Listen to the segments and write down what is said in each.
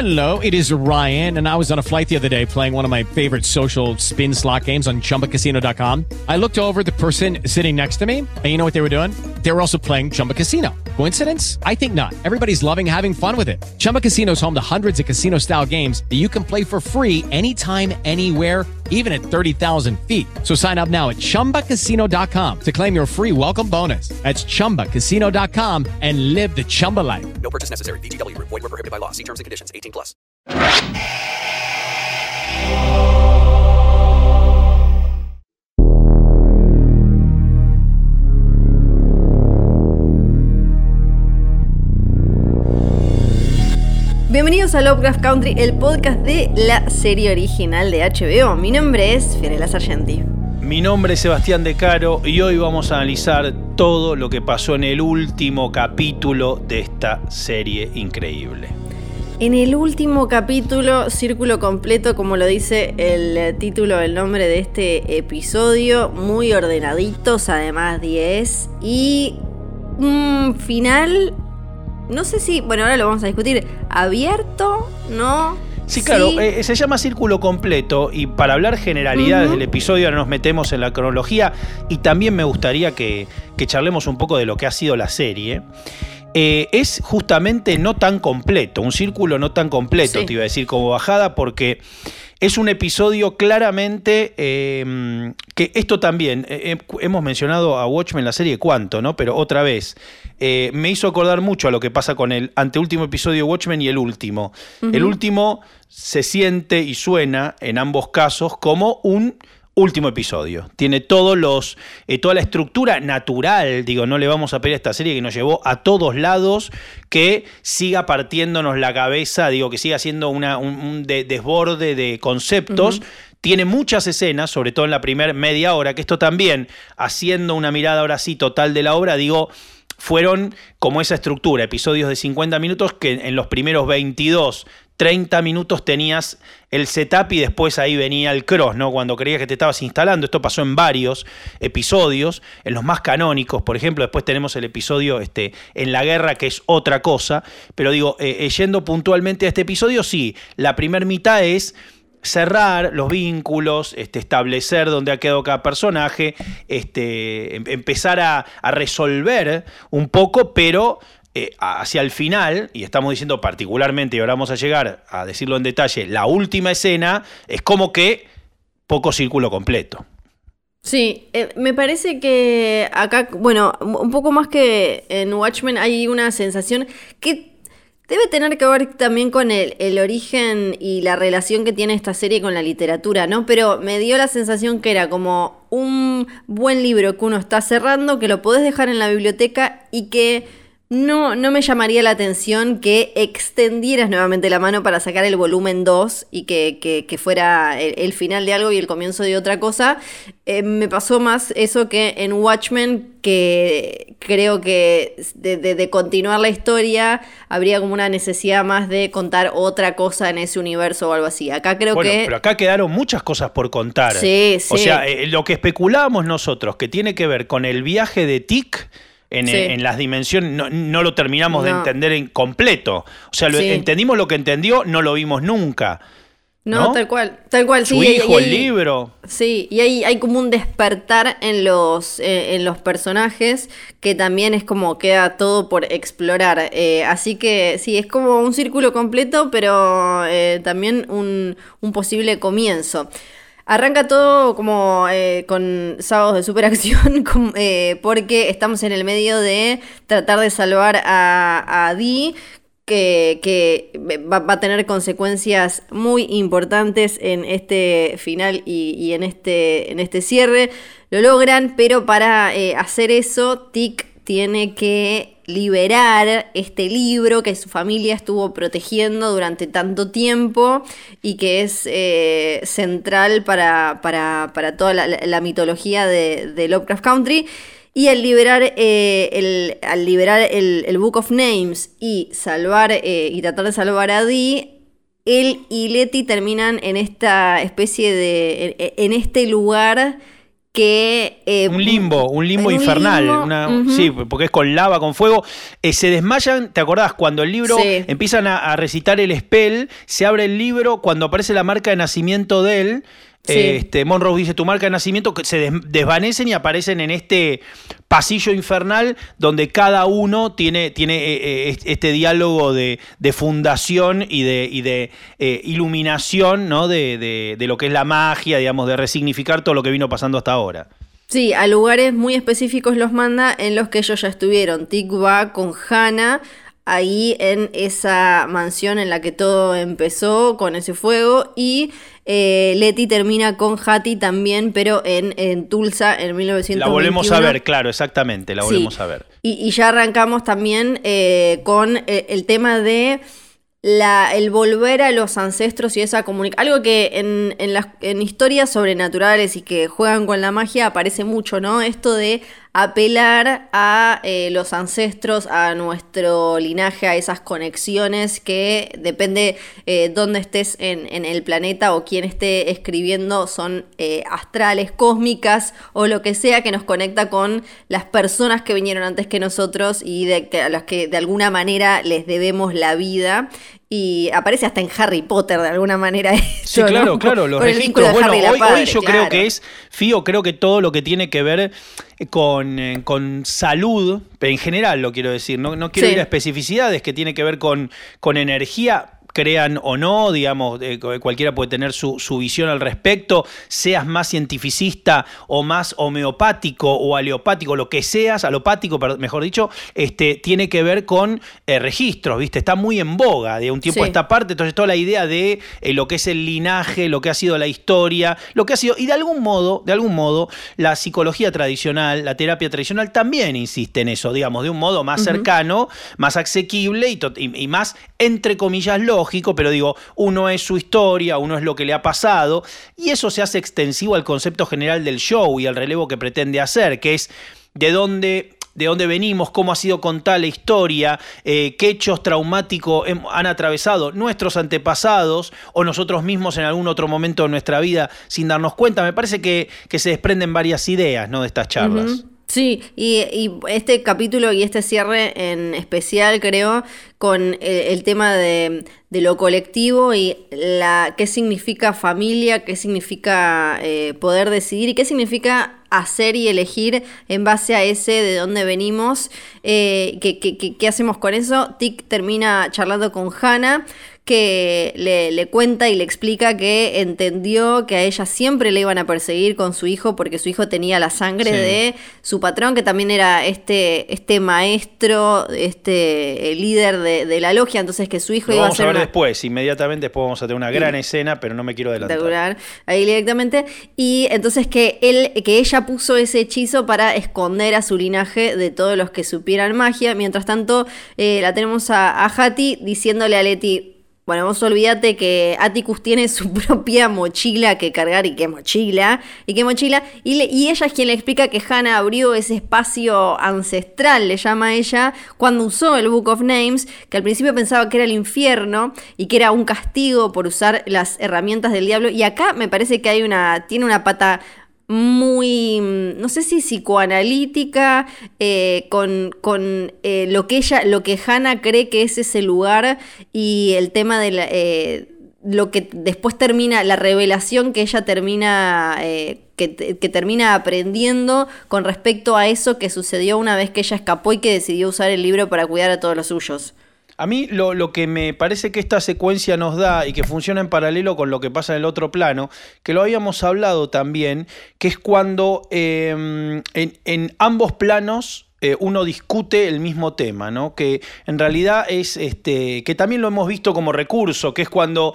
Hello, it is Ryan, and I was on a flight the other day playing one of my favorite social spin slot games on ChumbaCasino.com. I looked over at the person sitting next to me, and you know what they were doing? They were also playing Chumba Casino. Coincidence? I think not. Everybody's loving having fun with it. Chumba Casino is home to hundreds of casino-style games that you can play for free anytime, anywhere, even at 30,000 feet. So sign up now at ChumbaCasino.com to claim your free welcome bonus. That's ChumbaCasino.com and live the Chumba life. No purchase necessary. VGW. Void where prohibited by law. See terms and conditions. 18 plus. Bienvenidos a Lovecraft Country, el podcast de la serie original de HBO. Mi nombre es Fiorella Sargenti. Mi nombre es Sebastián De Caro y hoy vamos a analizar todo lo que pasó en el último capítulo de esta serie increíble. En el último capítulo, círculo completo, como lo dice el título, el nombre de este episodio, muy ordenaditos, además 10, y un final, no sé si, bueno, ahora lo vamos a discutir, abierto, ¿no? Sí, claro, se llama Círculo Completo y para hablar generalidades del episodio ahora nos metemos en la cronología y también me gustaría que charlemos un poco de lo que ha sido la serie. Es justamente no tan completo, un círculo no tan completo, sí. Te iba a decir como bajada, porque es un episodio claramente que esto también, hemos mencionado a Watchmen la serie cuánto, ¿no? Pero otra vez, me hizo acordar mucho a lo que pasa con el anteúltimo episodio de Watchmen y el último. El último se siente y suena en ambos casos como un último episodio. Tiene toda la estructura natural, digo, no le vamos a pedir a esta serie que nos llevó a todos lados, que siga partiéndonos la cabeza, digo, que siga siendo un desborde de conceptos. Tiene muchas escenas, sobre todo en la primera media hora, que esto también, haciendo una mirada ahora sí total de la obra, digo, fueron como esa estructura, episodios de 50 minutos que en los primeros 22, 30 minutos tenías el setup y después ahí venía el cross, ¿no? Cuando creías que te estabas instalando. Esto pasó en varios episodios, en los más canónicos, por ejemplo. Después tenemos el episodio en la guerra, que es otra cosa. Pero digo, yendo puntualmente a este episodio, sí, la primera mitad es cerrar los vínculos, establecer dónde ha quedado cada personaje, empezar a resolver un poco, pero hacia el final, y estamos diciendo particularmente, y ahora vamos a llegar a decirlo en detalle, la última escena es como que poco círculo completo. Sí, me parece que acá, bueno, un poco más que en Watchmen hay una sensación que debe tener que ver también con el origen y la relación que tiene esta serie con la literatura, ¿no? Pero me dio la sensación que era como un buen libro que uno está cerrando, que lo podés dejar en la biblioteca y que no me llamaría la atención que extendieras nuevamente la mano para sacar el volumen 2 y que fuera el final de algo y el comienzo de otra cosa. Me pasó más eso que en Watchmen, que creo que de continuar la historia habría como una necesidad más de contar otra cosa en ese universo o algo así. Acá creo que... Pero acá quedaron muchas cosas por contar. Sí, sí. O sea, lo que especulábamos nosotros, que tiene que ver con el viaje de Tic en las dimensiones, no lo terminamos de entender en completo. O sea, entendimos lo que entendió, no lo vimos nunca. No, tal cual. Su hijo, el libro. Sí, y hay como un despertar en los personajes que también es como queda todo por explorar. Así que sí, es como un círculo completo, pero también un posible comienzo. Arranca todo como con sábados de superacción porque estamos en el medio de tratar de salvar a Dee, que va a tener consecuencias muy importantes en este final y en este cierre. Lo logran, pero para hacer eso, Tic tiene que liberar este libro que su familia estuvo protegiendo durante tanto tiempo y que es central para toda la mitología de Lovecraft Country. Y al liberar el Book of Names y salvar y tratar de salvar a Dee, él y Letty terminan en esta especie de en este lugar que... un limbo infernal. Sí, porque es con lava, con fuego. Se desmayan, ¿te acordás? Cuando el libro empiezan a recitar el spell, se abre el libro, cuando aparece la marca de nacimiento de él, Monroe dice tu marca de nacimiento, que se desvanecen y aparecen en este pasillo infernal donde cada uno tiene este diálogo de fundación y de iluminación, ¿no? de lo que es la magia, digamos, de resignificar todo lo que vino pasando hasta ahora. Sí, a lugares muy específicos los manda en los que ellos ya estuvieron. Tic va con Hannah ahí en esa mansión en la que todo empezó con ese fuego, y Letty termina con Hattie también, pero en Tulsa en 1921. La volvemos a ver, claro, exactamente, la volvemos a ver. Y ya arrancamos también con el tema de el volver a los ancestros y esa comunicación. Algo que en historias sobrenaturales y que juegan con la magia aparece mucho, ¿no? Esto de apelar a los ancestros, a nuestro linaje, a esas conexiones que depende dónde estés en el planeta o quién esté escribiendo, son astrales, cósmicas o lo que sea, que nos conecta con las personas que vinieron antes que nosotros y a las que de alguna manera les debemos la vida. Y aparece hasta en Harry Potter de alguna manera eso, sí, claro, ¿no? claro, los con registros. Bueno, hoy yo claro. creo que es, Fío, creo que todo lo que tiene que ver con salud, en general lo quiero decir, no quiero ir a especificidades, que tiene que ver con energía, crean o no, digamos, cualquiera puede tener su visión al respecto, seas más cientificista o más homeopático o aleopático, lo que seas, alopático, mejor dicho, tiene que ver con registros, ¿viste? Está muy en boga de un tiempo a esta parte, entonces toda la idea de lo que es el linaje, lo que ha sido la historia, lo que ha sido, y de algún modo, la psicología tradicional, la terapia tradicional también insiste en eso, digamos, de un modo más cercano, más asequible y más, entre comillas, lógico, pero digo, uno es su historia, uno es lo que le ha pasado, y eso se hace extensivo al concepto general del show y al relevo que pretende hacer, que es de dónde venimos, cómo ha sido contada la historia, qué hechos traumáticos han atravesado nuestros antepasados o nosotros mismos en algún otro momento de nuestra vida sin darnos cuenta. Me parece que se desprenden varias ideas, ¿no?, de estas charlas. Sí, y este capítulo y este cierre en especial, creo, con el tema de lo colectivo y qué significa familia, qué significa poder decidir y qué significa hacer y elegir en base a ese de dónde venimos, qué hacemos con eso. Tic termina charlando con Hannah, que le cuenta y le explica que entendió que a ella siempre le iban a perseguir con su hijo porque su hijo tenía la sangre de su patrón, que también era este maestro, líder de la logia, entonces que su hijo iba a ser... Vamos a ver después, inmediatamente después vamos a tener una gran escena, pero no me quiero adelantar. Ahí directamente, y entonces que ella puso ese hechizo para esconder a su linaje de todos los que supieran magia. Mientras tanto, la tenemos a Hattie diciéndole a Letty: bueno, vos olvídate que Atticus tiene su propia mochila que cargar y qué mochila. Y ella es quien le explica que Hannah abrió ese espacio ancestral, le llama ella, cuando usó el Book of Names, que al principio pensaba que era el infierno y que era un castigo por usar las herramientas del diablo. Y acá me parece que tiene una pata muy, no sé si psicoanalítica, con lo que Hannah cree que es ese lugar y el tema de lo que después termina, la revelación que ella termina, que termina aprendiendo con respecto a eso que sucedió una vez que ella escapó y que decidió usar el libro para cuidar a todos los suyos. A mí lo que me parece que esta secuencia nos da y que funciona en paralelo con lo que pasa en el otro plano, que lo habíamos hablado también, que es cuando en ambos planos uno discute el mismo tema, ¿no? Que en realidad es que también lo hemos visto como recurso, que es cuando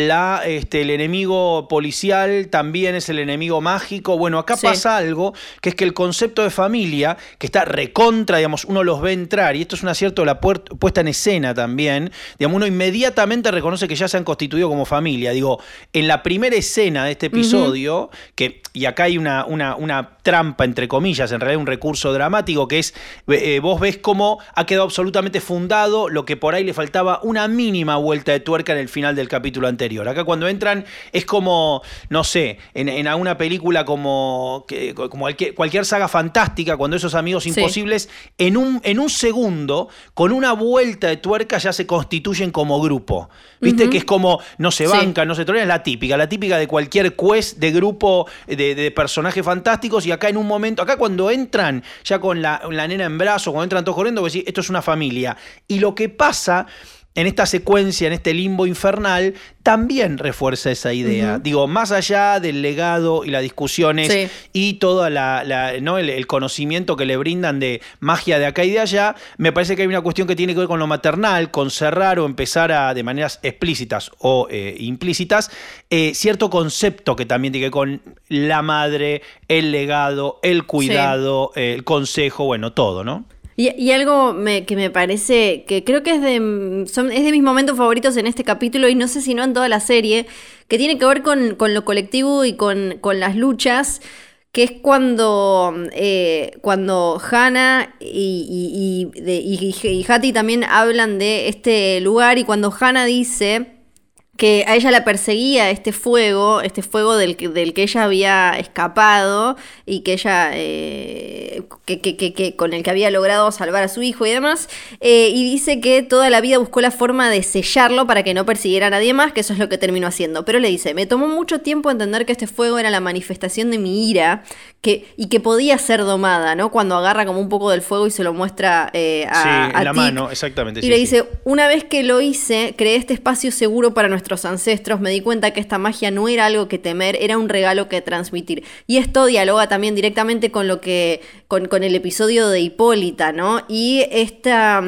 el enemigo policial también es el enemigo mágico. Bueno, acá pasa algo, que es que el concepto de familia, que está recontra, digamos, uno los ve entrar, y esto es un acierto de la puesta en escena también, digamos, uno inmediatamente reconoce que ya se han constituido como familia. Digo, en la primera escena de este episodio, y acá hay una trampa, entre comillas, en realidad un recurso dramático, que es Entonces vos ves cómo ha quedado absolutamente fundado lo que por ahí le faltaba una mínima vuelta de tuerca en el final del capítulo anterior. Acá cuando entran es como, no sé, en alguna película como cualquier saga fantástica, cuando esos amigos imposibles en un segundo, con una vuelta de tuerca ya se constituyen como grupo. ¿Viste? Que es como no se bancan, no se toleran, es la típica de cualquier quest de grupo de personajes fantásticos. Y acá en un momento, acá cuando entran ya con la nena en brazos, cuando entran todos corriendo, vos decís, esto es una familia. Y lo que pasa en esta secuencia, en este limbo infernal, también refuerza esa idea. Digo, más allá del legado y las discusiones y todo ¿no? el conocimiento que le brindan de magia de acá y de allá, me parece que hay una cuestión que tiene que ver con lo maternal, con cerrar o empezar de maneras explícitas o implícitas, cierto concepto que también tiene que ver con la madre, el legado, el cuidado, el consejo, bueno, todo, ¿no? Y algo que me parece, que creo que es de mis momentos favoritos en este capítulo, y no sé si no en toda la serie, que tiene que ver con lo colectivo y con las luchas, que es cuando Hannah y Hattie también hablan de este lugar, y cuando Hannah dice que a ella la perseguía este fuego del que ella había escapado y que ella que con el que había logrado salvar a su hijo y demás, y dice que toda la vida buscó la forma de sellarlo para que no persiguiera a nadie más, que eso es lo que terminó haciendo. Pero le dice, me tomó mucho tiempo entender que este fuego era la manifestación de mi ira y que podía ser domada, ¿no? Cuando agarra como un poco del fuego y se lo muestra a en la Tic. mano, exactamente. Y le dice, una vez que lo hice, creé este espacio seguro para nuestros ancestros, me di cuenta que esta magia no era algo que temer, era un regalo que transmitir. Y esto dialoga también directamente con lo que con el episodio de Hipólita, ¿no? Y esta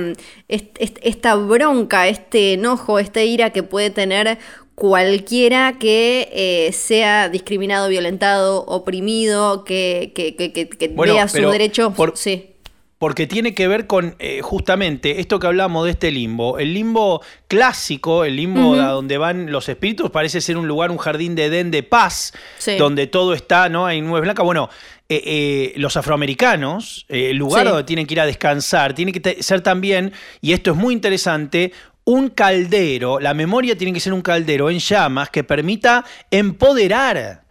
bronca, este enojo, esta ira que puede tener cualquiera que sea discriminado, violentado, oprimido, que vea su derecho. Porque tiene que ver con justamente esto que hablamos de este limbo. El limbo clásico, el limbo a donde van los espíritus, parece ser un lugar, un jardín de Edén de paz, donde todo está, ¿no? Hay nubes blancas. Bueno, los afroamericanos, el lugar donde tienen que ir a descansar, tiene que ser también, y esto es muy interesante, un caldero. La memoria tiene que ser un caldero en llamas que permita empoderar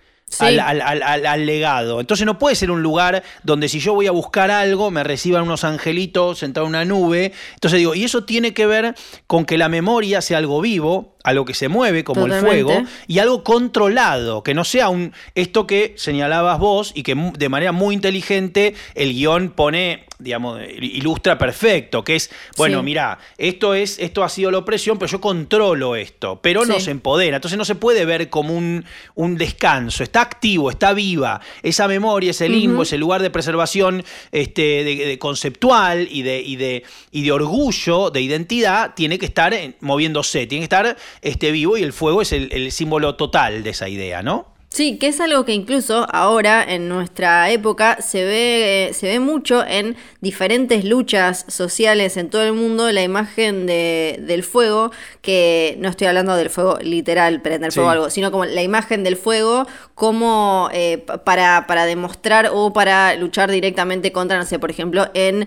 al legado. Entonces no puede ser un lugar donde si yo voy a buscar algo me reciban unos angelitos sentados en una nube. Entonces digo, y eso tiene que ver con que la memoria sea algo vivo, algo que se mueve como el fuego, y algo controlado, que no sea esto que señalabas vos y que de manera muy inteligente el guión pone, digamos, ilustra perfecto, que es, bueno, mirá, esto ha sido la opresión, pero yo controlo esto, pero nos empodera. Entonces no se puede ver como un descanso, está activo, está viva. Esa memoria, ese limbo, ese lugar de preservación de conceptual y de orgullo, de identidad, tiene que estar moviéndose, tiene que estar vivo, y el fuego es el símbolo total de esa idea, ¿no? Sí, que es algo que incluso ahora en nuestra época se ve mucho en diferentes luchas sociales en todo el mundo, la imagen del fuego, que no estoy hablando del fuego literal, prender fuego o algo, sino como la imagen del fuego como para demostrar o para luchar directamente contra, no sé, por ejemplo, en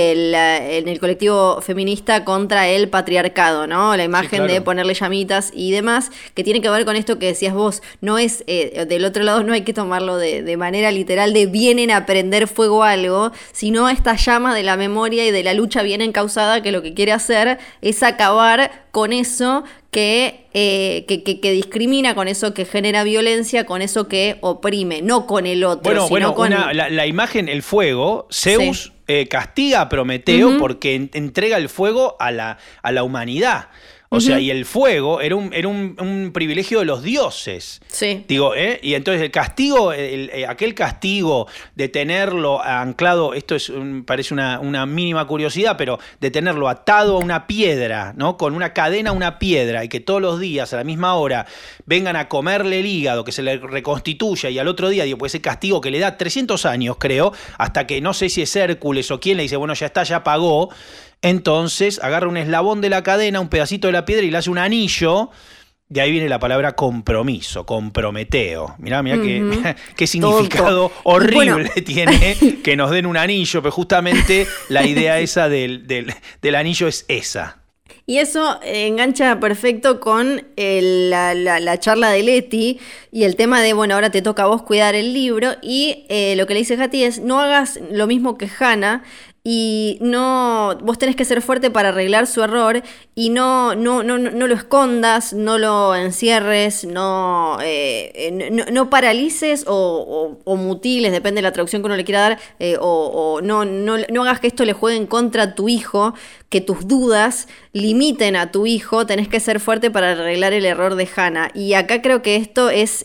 el colectivo feminista contra el patriarcado, ¿no? La imagen de ponerle llamitas y demás, que tiene que ver con esto que decías vos, no es... del otro lado no hay que tomarlo de manera literal de vienen a prender fuego a algo, sino esta llama de la memoria y de la lucha bien encausada, que lo que quiere hacer es acabar con eso que discrimina, con eso que genera violencia, con eso que oprime, no con el otro. Bueno, con... la imagen, el fuego, Zeus castiga a Prometeo porque entrega el fuego a la humanidad. O sea, y el fuego era un privilegio de los dioses. Sí. Digo, y entonces el castigo, aquel castigo de tenerlo anclado, esto parece una mínima curiosidad, pero de tenerlo atado a una piedra, ¿no? Con una cadena a una piedra, y que todos los días a la misma hora vengan a comerle el hígado, que se le reconstituya, y al otro día, digo, pues ese castigo que le da 300 años, creo, hasta que no sé si es Hércules o quién le dice, bueno, ya está, ya pagó. Entonces agarra un eslabón de la cadena, un pedacito de la piedra, y le hace un anillo, De ahí viene la palabra compromiso, comprometeo. Mirá qué significado horrible tiene que nos den un anillo, pero justamente la idea esa del anillo es esa. Y eso engancha perfecto con la charla de Leti y el tema de, bueno, ahora te toca a vos cuidar el libro. Y lo que le dice Hattie es, no hagas lo mismo que Hannah. Y vos tenés que ser fuerte para arreglar su error y no lo escondas, no lo encierres, no paralices o mutiles, depende de la traducción que uno le quiera dar, o no hagas que esto le juegue en contra a tu hijo, que tus dudas limiten a tu hijo, tenés que ser fuerte para arreglar el error de Hannah. Y acá creo que esto es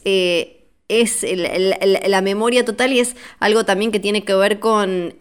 la memoria total y es algo también que tiene que ver con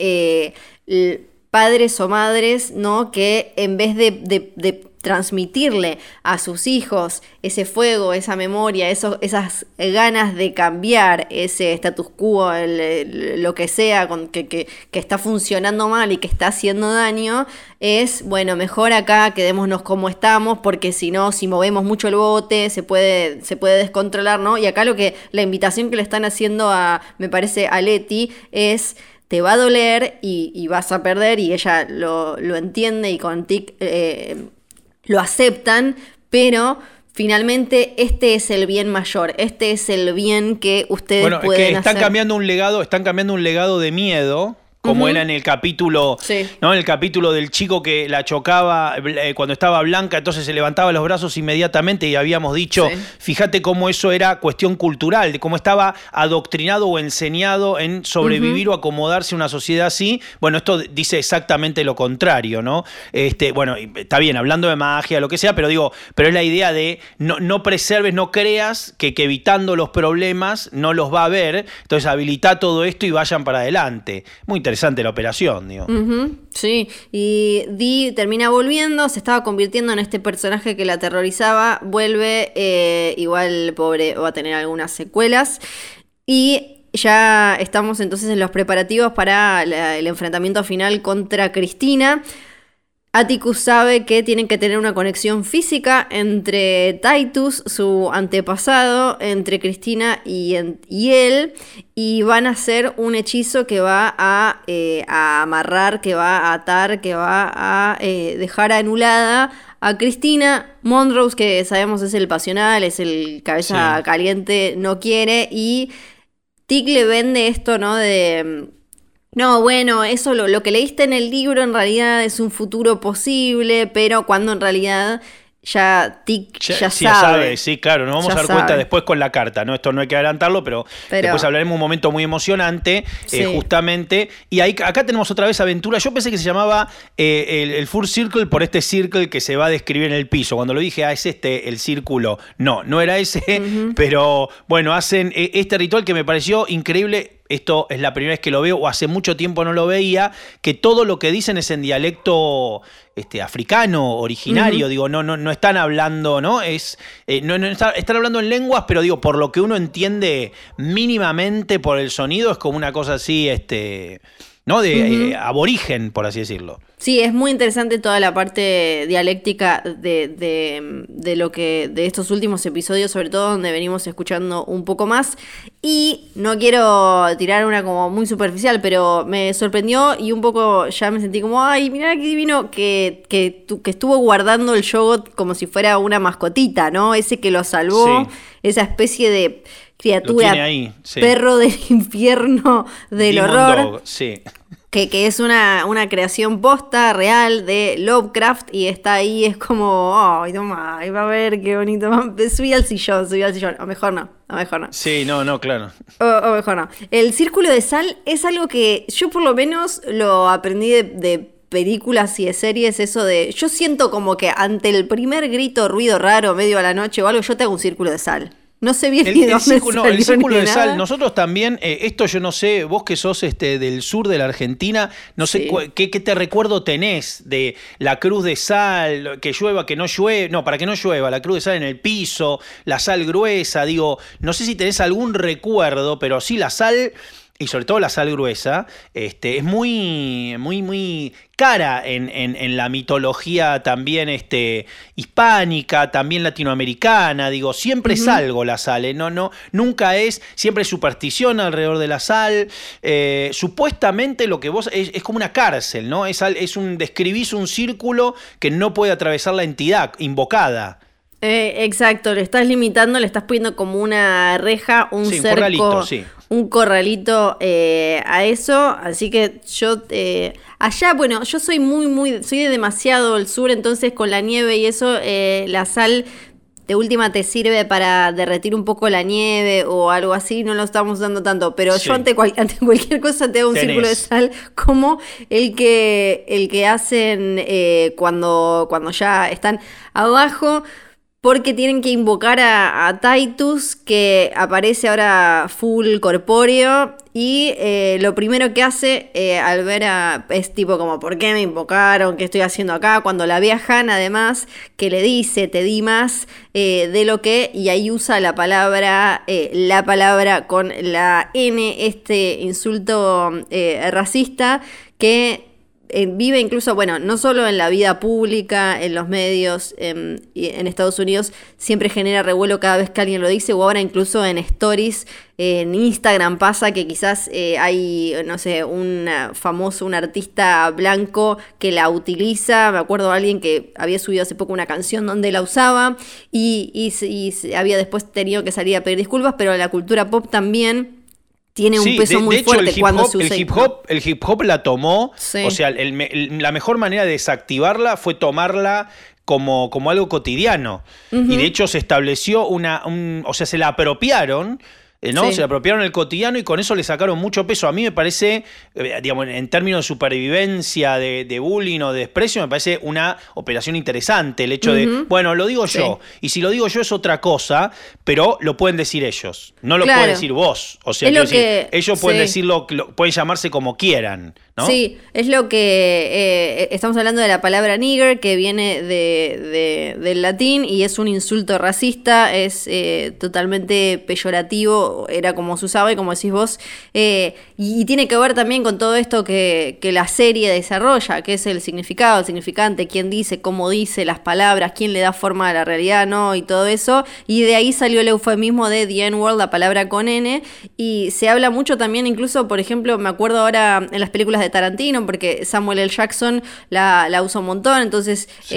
padres o madres, ¿no? Que en vez de transmitirle a sus hijos ese fuego, esa memoria, esas ganas de cambiar ese status quo, lo que sea que está funcionando mal y que está haciendo daño, es, bueno, mejor acá quedémonos como estamos, porque si no, si movemos mucho el bote, se puede descontrolar, ¿no? Y acá la invitación que le están haciendo me parece, a Leti es: te va a doler y vas a perder, y ella lo entiende y con Tic lo aceptan, pero finalmente este es el bien mayor, este es el bien que ustedes pueden hacer. Bueno, es que están cambiando un legado de miedo, como era en el capítulo, sí, ¿no? En el capítulo del chico que la chocaba cuando estaba Blanca, entonces se levantaba los brazos inmediatamente, y habíamos dicho, sí, fíjate cómo eso era cuestión cultural, de cómo estaba adoctrinado o enseñado en sobrevivir o acomodarse a una sociedad así. Bueno, esto dice exactamente lo contrario, ¿no? Bueno, está bien, hablando de magia, lo que sea, pero es la idea de no preserves, no creas que evitando los problemas no los va a haber, entonces habilita todo esto y vayan para adelante. Muy interesante la operación, digo. Sí, y Dee termina volviendo, se estaba convirtiendo en este personaje que la aterrorizaba, vuelve, igual pobre va a tener algunas secuelas, y ya estamos entonces en los preparativos para el enfrentamiento final contra Cristina. Atticus sabe que tienen que tener una conexión física entre Titus, su antepasado, entre Cristina y él, y van a hacer un hechizo que va a amarrar, que va a atar, que va a dejar anulada a Cristina. Montrose, que sabemos es el pasional, es el cabeza caliente, no quiere, y Tic le vende esto, ¿no? No, bueno, eso lo que leíste en el libro en realidad es un futuro posible, pero cuando en realidad ya Tic ya sabe. Sí, claro, nos vamos a dar cuenta después con la carta, ¿no? Esto no hay que adelantarlo, pero después hablaremos de un momento muy emocionante, justamente. Y acá tenemos otra vez aventura. Yo pensé que se llamaba el Full Circle por este circle que se va a describir en el piso. Cuando lo dije, es el círculo. No era ese, pero bueno, hacen este ritual que me pareció increíble. Esto es la primera vez que lo veo, o hace mucho tiempo no lo veía, que todo lo que dicen es en dialecto africano, originario, no están hablando, ¿no? Están hablando en lenguas, pero por lo que uno entiende mínimamente por el sonido, es como una cosa así, ¿no? Aborigen, por así decirlo. Sí, es muy interesante toda la parte dialéctica de estos últimos episodios, sobre todo donde venimos escuchando un poco más. Y no quiero tirar una como muy superficial, pero me sorprendió y un poco ya me sentí como, ay, mirá qué divino que estuvo guardando el Yoggoth como si fuera una mascotita, ¿no? Ese que lo salvó, esa especie de criatura, ahí, perro del infierno, del Demon horror. Dog, sí. Que es una creación posta, real, de Lovecraft, y está ahí, es como, ay, toma, va a ver qué bonito, subí al sillón, o mejor no. Sí, no, claro. O mejor no. El círculo de sal es algo que yo por lo menos lo aprendí de películas y de series, eso de, yo siento como que ante el primer grito, ruido raro, medio a la noche o algo, yo te hago un círculo de sal. No sé bien el círculo de sal. Nosotros también, esto yo no sé, vos que sos del sur de la Argentina, no sé qué te recuerdo tenés de la cruz de sal, que llueva, que no llueve, no, para que no llueva, la cruz de sal en el piso, la sal gruesa, no sé si tenés algún recuerdo, pero sí la sal y sobre todo la sal gruesa, es muy, muy, muy cara en la mitología también hispánica, también latinoamericana. Digo, siempre es algo la sal, nunca siempre es superstición alrededor de la sal. Supuestamente lo que vos es como una cárcel, ¿no? Describís un círculo que no puede atravesar la entidad invocada. Exacto, le estás limitando, le estás poniendo como una reja, un cerco, un corralito, sí. Un corralito a eso, así que yo allá, bueno, yo soy soy de demasiado al sur, entonces con la nieve y eso, la sal de última te sirve para derretir un poco la nieve o algo así, no lo estamos usando tanto, pero sí. yo ante cualquier cosa te hago un círculo de sal, como el que hacen cuando ya están abajo. Porque tienen que invocar a Titus, que aparece ahora full corpóreo. Y lo primero que hace al ver es tipo como, ¿por qué me invocaron? ¿Qué estoy haciendo acá? Cuando la ve a Hannah, además, que le dice, te di más de lo que... Y ahí usa la palabra con la N, este insulto racista que... vive incluso, bueno, no solo en la vida pública, en los medios, en Estados Unidos, siempre genera revuelo cada vez que alguien lo dice, o ahora incluso en stories, en Instagram pasa que quizás hay, no sé, un artista blanco que la utiliza. Me acuerdo de alguien que había subido hace poco una canción donde la usaba y había después tenido que salir a pedir disculpas, pero la cultura pop también... tiene un peso muy fuerte cuando se usa. El hip hop la tomó, sí. O sea, la mejor manera de desactivarla fue tomarla como algo cotidiano. Y de hecho se estableció o sea, se la apropiaron, ¿no? Sí. Se la apropiaron el cotidiano y con eso le sacaron mucho peso. A mí me parece, digamos, en términos de supervivencia, de bullying o de desprecio, me parece una operación interesante. El hecho de, bueno, lo digo yo, y si lo digo yo es otra cosa, pero lo pueden decir ellos, no lo pueden decir vos. O sea, ellos pueden decirlo, pueden llamarse como quieran, ¿no? Sí, es lo que estamos hablando de la palabra nigger, que viene del latín y es un insulto racista, es totalmente peyorativo, era como se usaba y como decís vos, y tiene que ver también con todo esto que la serie desarrolla, que es el significado, el significante, quién dice, cómo dice, las palabras, quién le da forma a la realidad, ¿no? Y todo eso, y de ahí salió el eufemismo de the N-word, la palabra con N, y se habla mucho también, incluso, por ejemplo, me acuerdo ahora en las películas de Tarantino, porque Samuel L. Jackson la usa un montón, entonces sí.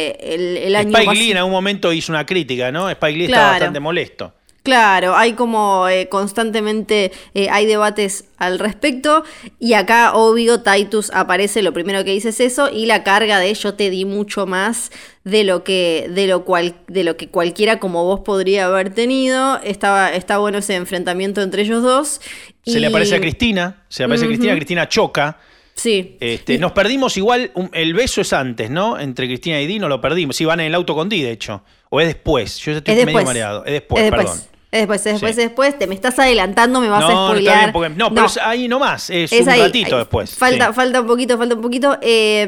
el año Spike Lee en algún momento hizo una crítica, ¿no? Spike Lee estaba bastante molesto. Claro, hay como constantemente hay debates al respecto y acá obvio Titus aparece, lo primero que dice es eso y la carga de yo te di mucho más de lo que cualquiera como vos podría haber tenido. Está bueno ese enfrentamiento entre ellos dos. Se le aparece a Cristina, Cristina choca. Sí. Nos perdimos igual, el beso es antes, ¿no? Entre Cristina y Dino lo perdimos. Sí, van en el auto con Di, de hecho. O es después. Yo estoy medio mareado. Es después, perdón. Es después, te me estás adelantando, me vas a spoilear. No, pero es ahí nomás, es un ahí, ratito después. Falta un poquito.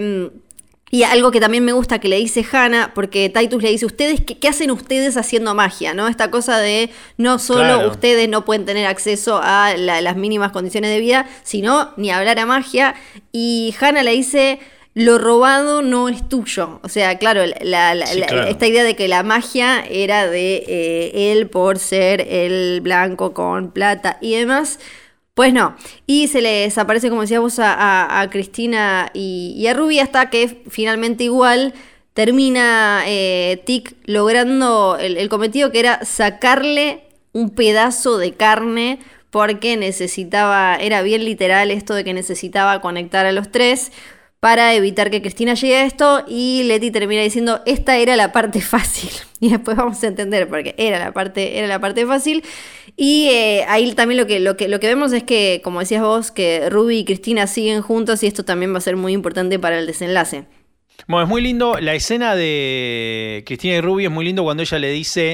Y algo que también me gusta que le dice Hannah, porque Titus le dice, ¿ustedes qué hacen ustedes haciendo magia? ¿No? Esta cosa de no solo ustedes no pueden tener acceso a las mínimas condiciones de vida, sino ni hablar a magia. Y Hannah le dice... lo robado no es tuyo. O sea, claro, esta idea de que la magia era de él por ser el blanco con plata y demás, pues no. Y se le desaparece, como decías vos, a Cristina y a Ruby, hasta que finalmente igual termina Tic logrando el cometido, que era sacarle un pedazo de carne, porque era bien literal esto de que necesitaba conectar a los tres, para evitar que Cristina llegue a esto, y Leti termina diciendo, esta era la parte fácil. Y después vamos a entender por qué era la parte fácil. Y ahí también lo que vemos es que, como decías vos, que Ruby y Cristina siguen juntos, y esto también va a ser muy importante para el desenlace. Bueno, es muy lindo, la escena de Cristina y Ruby es muy lindo cuando ella le dice,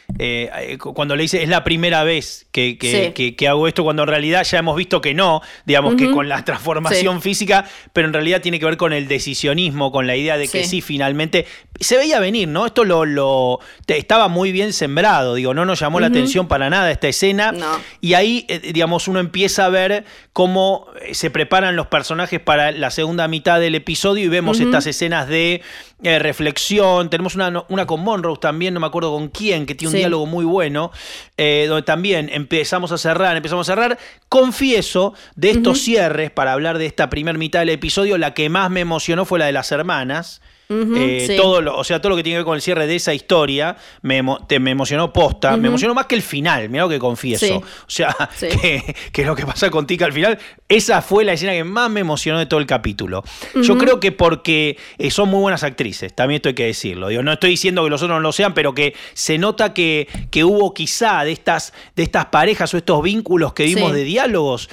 cuando le dice, es la primera vez que hago esto, cuando en realidad ya hemos visto que no, digamos que con la transformación física, pero en realidad tiene que ver con el decisionismo, con la idea de que sí, finalmente, se veía venir, ¿no? Esto estaba muy bien sembrado, digo, no nos llamó la atención para nada esta escena, y ahí, digamos, uno empieza a ver cómo se preparan los personajes para la segunda mitad del episodio y vemos estas escenas de reflexión. Tenemos una con Monroe también, no me acuerdo con quién, que tiene un diálogo muy bueno, donde también empezamos a cerrar. Confieso, de estos cierres, para hablar de esta primera mitad del episodio, la que más me emocionó fue la de las hermanas. Todo lo que tiene que ver con el cierre de esa historia me emocionó posta, me emocionó más que el final, mirá lo que confieso. O sea, que lo que pasa con Tika al final, esa fue la escena que más me emocionó de todo el capítulo. Yo creo que porque son muy buenas actrices, también esto hay que decirlo. Digo, no estoy diciendo que los otros no lo sean, pero que se nota que hubo quizá de estas parejas o estos vínculos que vimos de diálogos,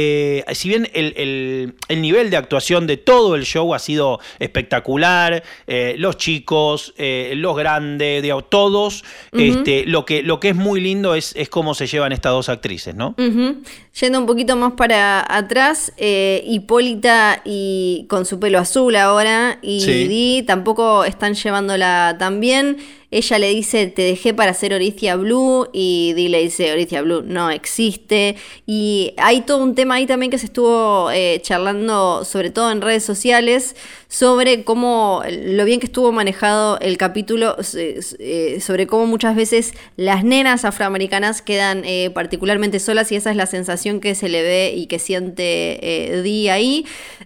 si bien el nivel de actuación de todo el show ha sido espectacular, los chicos, los grandes, digamos, todos, lo que es muy lindo es cómo se llevan estas dos actrices, ¿no? Yendo un poquito más para atrás, Hipólita y con su pelo azul ahora y Dee tampoco están llevándola tan bien. Ella le dice, te dejé para hacer Orithia Blue, y Dee le dice, Orithia Blue no existe. Y hay todo un tema ahí también que se estuvo charlando, sobre todo en redes sociales, sobre cómo, lo bien que estuvo manejado el capítulo, sobre cómo muchas veces las nenas afroamericanas quedan particularmente solas, y esa es la sensación que se le ve y que siente Dee ahí.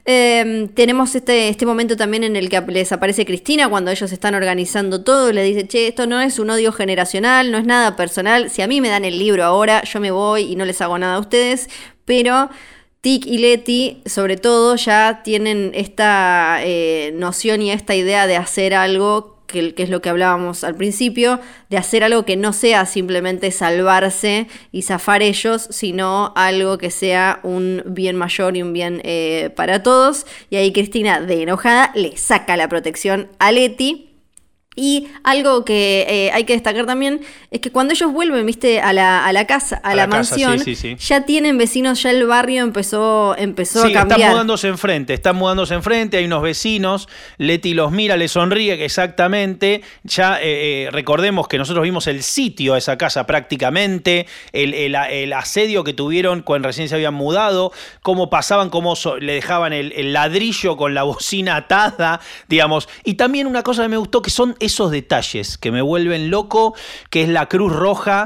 Tenemos este momento también en el que les aparece Cristina cuando ellos están organizando todo, y le dice, che, esto no es un odio generacional, no es nada personal, si a mí me dan el libro ahora, yo me voy y no les hago nada a ustedes, pero Tic y Letty, sobre todo, ya tienen esta noción y esta idea de hacer algo, que es lo que hablábamos al principio, de hacer algo que no sea simplemente salvarse y zafar ellos, sino algo que sea un bien mayor y un bien para todos. Y ahí Cristina, de enojada, le saca la protección a Letty. Y algo que hay que destacar también es que cuando ellos vuelven, viste, a la casa, a la mansión, ya tienen vecinos, ya el barrio empezó a cambiar. Están mudándose enfrente, hay unos vecinos, Letty los mira, le sonríe, exactamente. Ya recordemos que nosotros vimos el sitio de esa casa prácticamente, el asedio que tuvieron cuando recién se habían mudado, cómo pasaban, cómo le dejaban el ladrillo con la bocina atada, digamos. Y también una cosa que me gustó, que son esos detalles que me vuelven loco, que es la Cruz Roja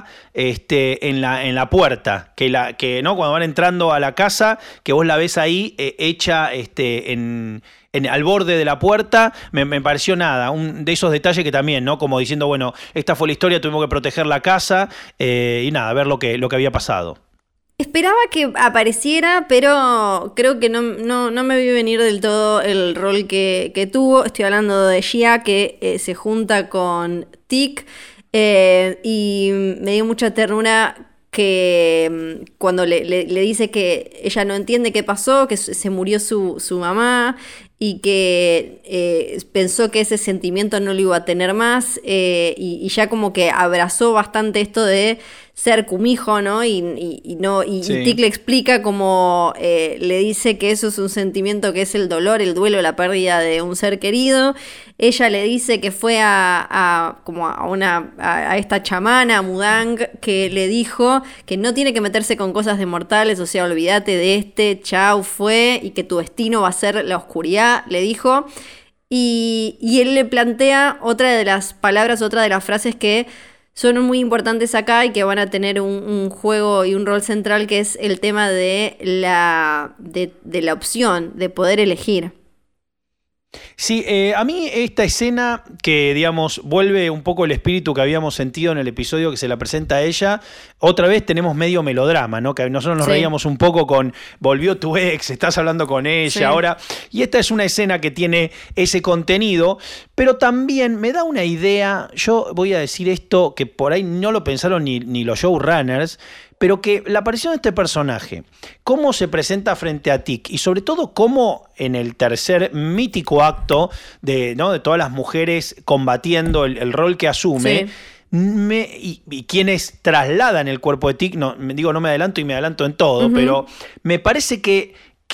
en la puerta, que ¿no? Cuando van entrando a la casa, que vos la ves ahí hecha al borde de la puerta, me pareció de esos detalles que también, ¿no? Como diciendo, bueno, esta fue la historia, tuvimos que proteger la casa, y nada, ver lo que había pasado. Esperaba que apareciera, pero creo que no me vio venir del todo el rol que tuvo. Estoy hablando de Gia, que se junta con Tic, y me dio mucha ternura que cuando le dice que ella no entiende qué pasó, que se murió su mamá, y que pensó que ese sentimiento no lo iba a tener más, y ya como que abrazó bastante esto de ser cumijo, ¿no? Y Tic le explica como le dice que eso es un sentimiento que es el dolor, el duelo, la pérdida de un ser querido. Ella le dice que fue a esta chamana, a Mudang, que le dijo que no tiene que meterse con cosas de mortales, o sea, olvídate de chau, fue, y que tu destino va a ser la oscuridad, le dijo. Y él le plantea otra de las palabras, otra de las frases que son muy importantes acá y que van a tener un juego y un rol central, que es el tema de la opción, de poder elegir. Sí, a mí esta escena que, digamos, vuelve un poco el espíritu que habíamos sentido en el episodio que se la presenta a ella, otra vez tenemos medio melodrama, ¿no? Que nosotros nos reíamos un poco con volvió tu ex, estás hablando con ella ahora, y esta es una escena que tiene ese contenido, pero también me da una idea, yo voy a decir esto que por ahí no lo pensaron ni los showrunners, pero que la aparición de este personaje, cómo se presenta frente a Tic, y sobre todo cómo en el tercer mítico acto de todas las mujeres combatiendo el rol que asume, y quienes trasladan el cuerpo de Tic, no me adelanto y me adelanto en todo, pero me parece que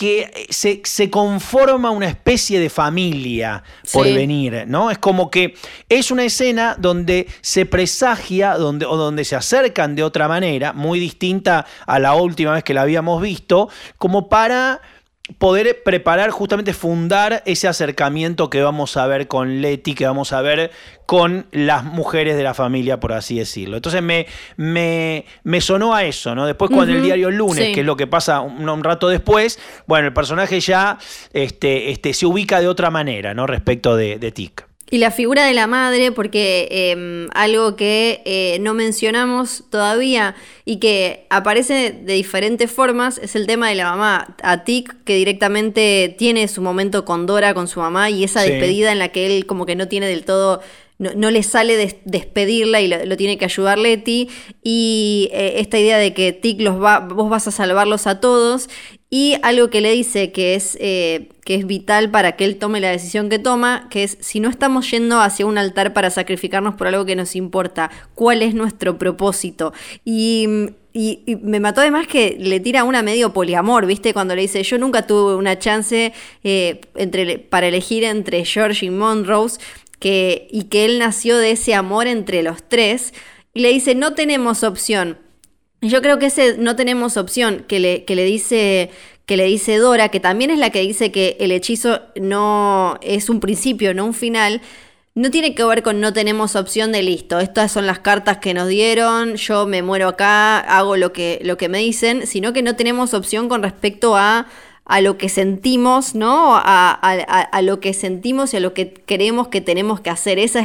se conforma una especie de familia por venir, ¿no? Es como que es una escena donde se presagia, donde se acercan de otra manera, muy distinta a la última vez que la habíamos visto, como para poder preparar, justamente fundar ese acercamiento que vamos a ver con Letty, que vamos a ver con las mujeres de la familia, por así decirlo. Entonces me sonó a eso, ¿no? Después cuando el diario El Lunes, que es lo que pasa un rato después, bueno, el personaje ya se ubica de otra manera, ¿no? Respecto de Tic. Y la figura de la madre, porque algo que no mencionamos todavía y que aparece de diferentes formas es el tema de la mamá. A Tic, que directamente tiene su momento con Dora, con su mamá, y esa despedida en la que él como que no tiene del todo... No le sale despedirla y lo tiene que ayudar Letty. Y esta idea de que Tic vos vas a salvarlos a todos. Y algo que le dice que es vital para que él tome la decisión que toma, que es: si no estamos yendo hacia un altar para sacrificarnos por algo que nos importa, ¿cuál es nuestro propósito? Y me mató además que le tira una medio poliamor, ¿viste? Cuando le dice: yo nunca tuve una chance para elegir entre George y Monrose, y que él nació de ese amor entre los tres, y le dice: no tenemos opción. Yo creo que ese no tenemos opción que le dice Dora, que también es la que dice que el hechizo no es un principio, no un final, no tiene que ver con no tenemos opción de listo, estas son las cartas que nos dieron, yo me muero acá, hago lo que me dicen, sino que no tenemos opción con respecto a lo que sentimos, ¿no? A lo que sentimos y a lo que creemos que tenemos que hacer. Esa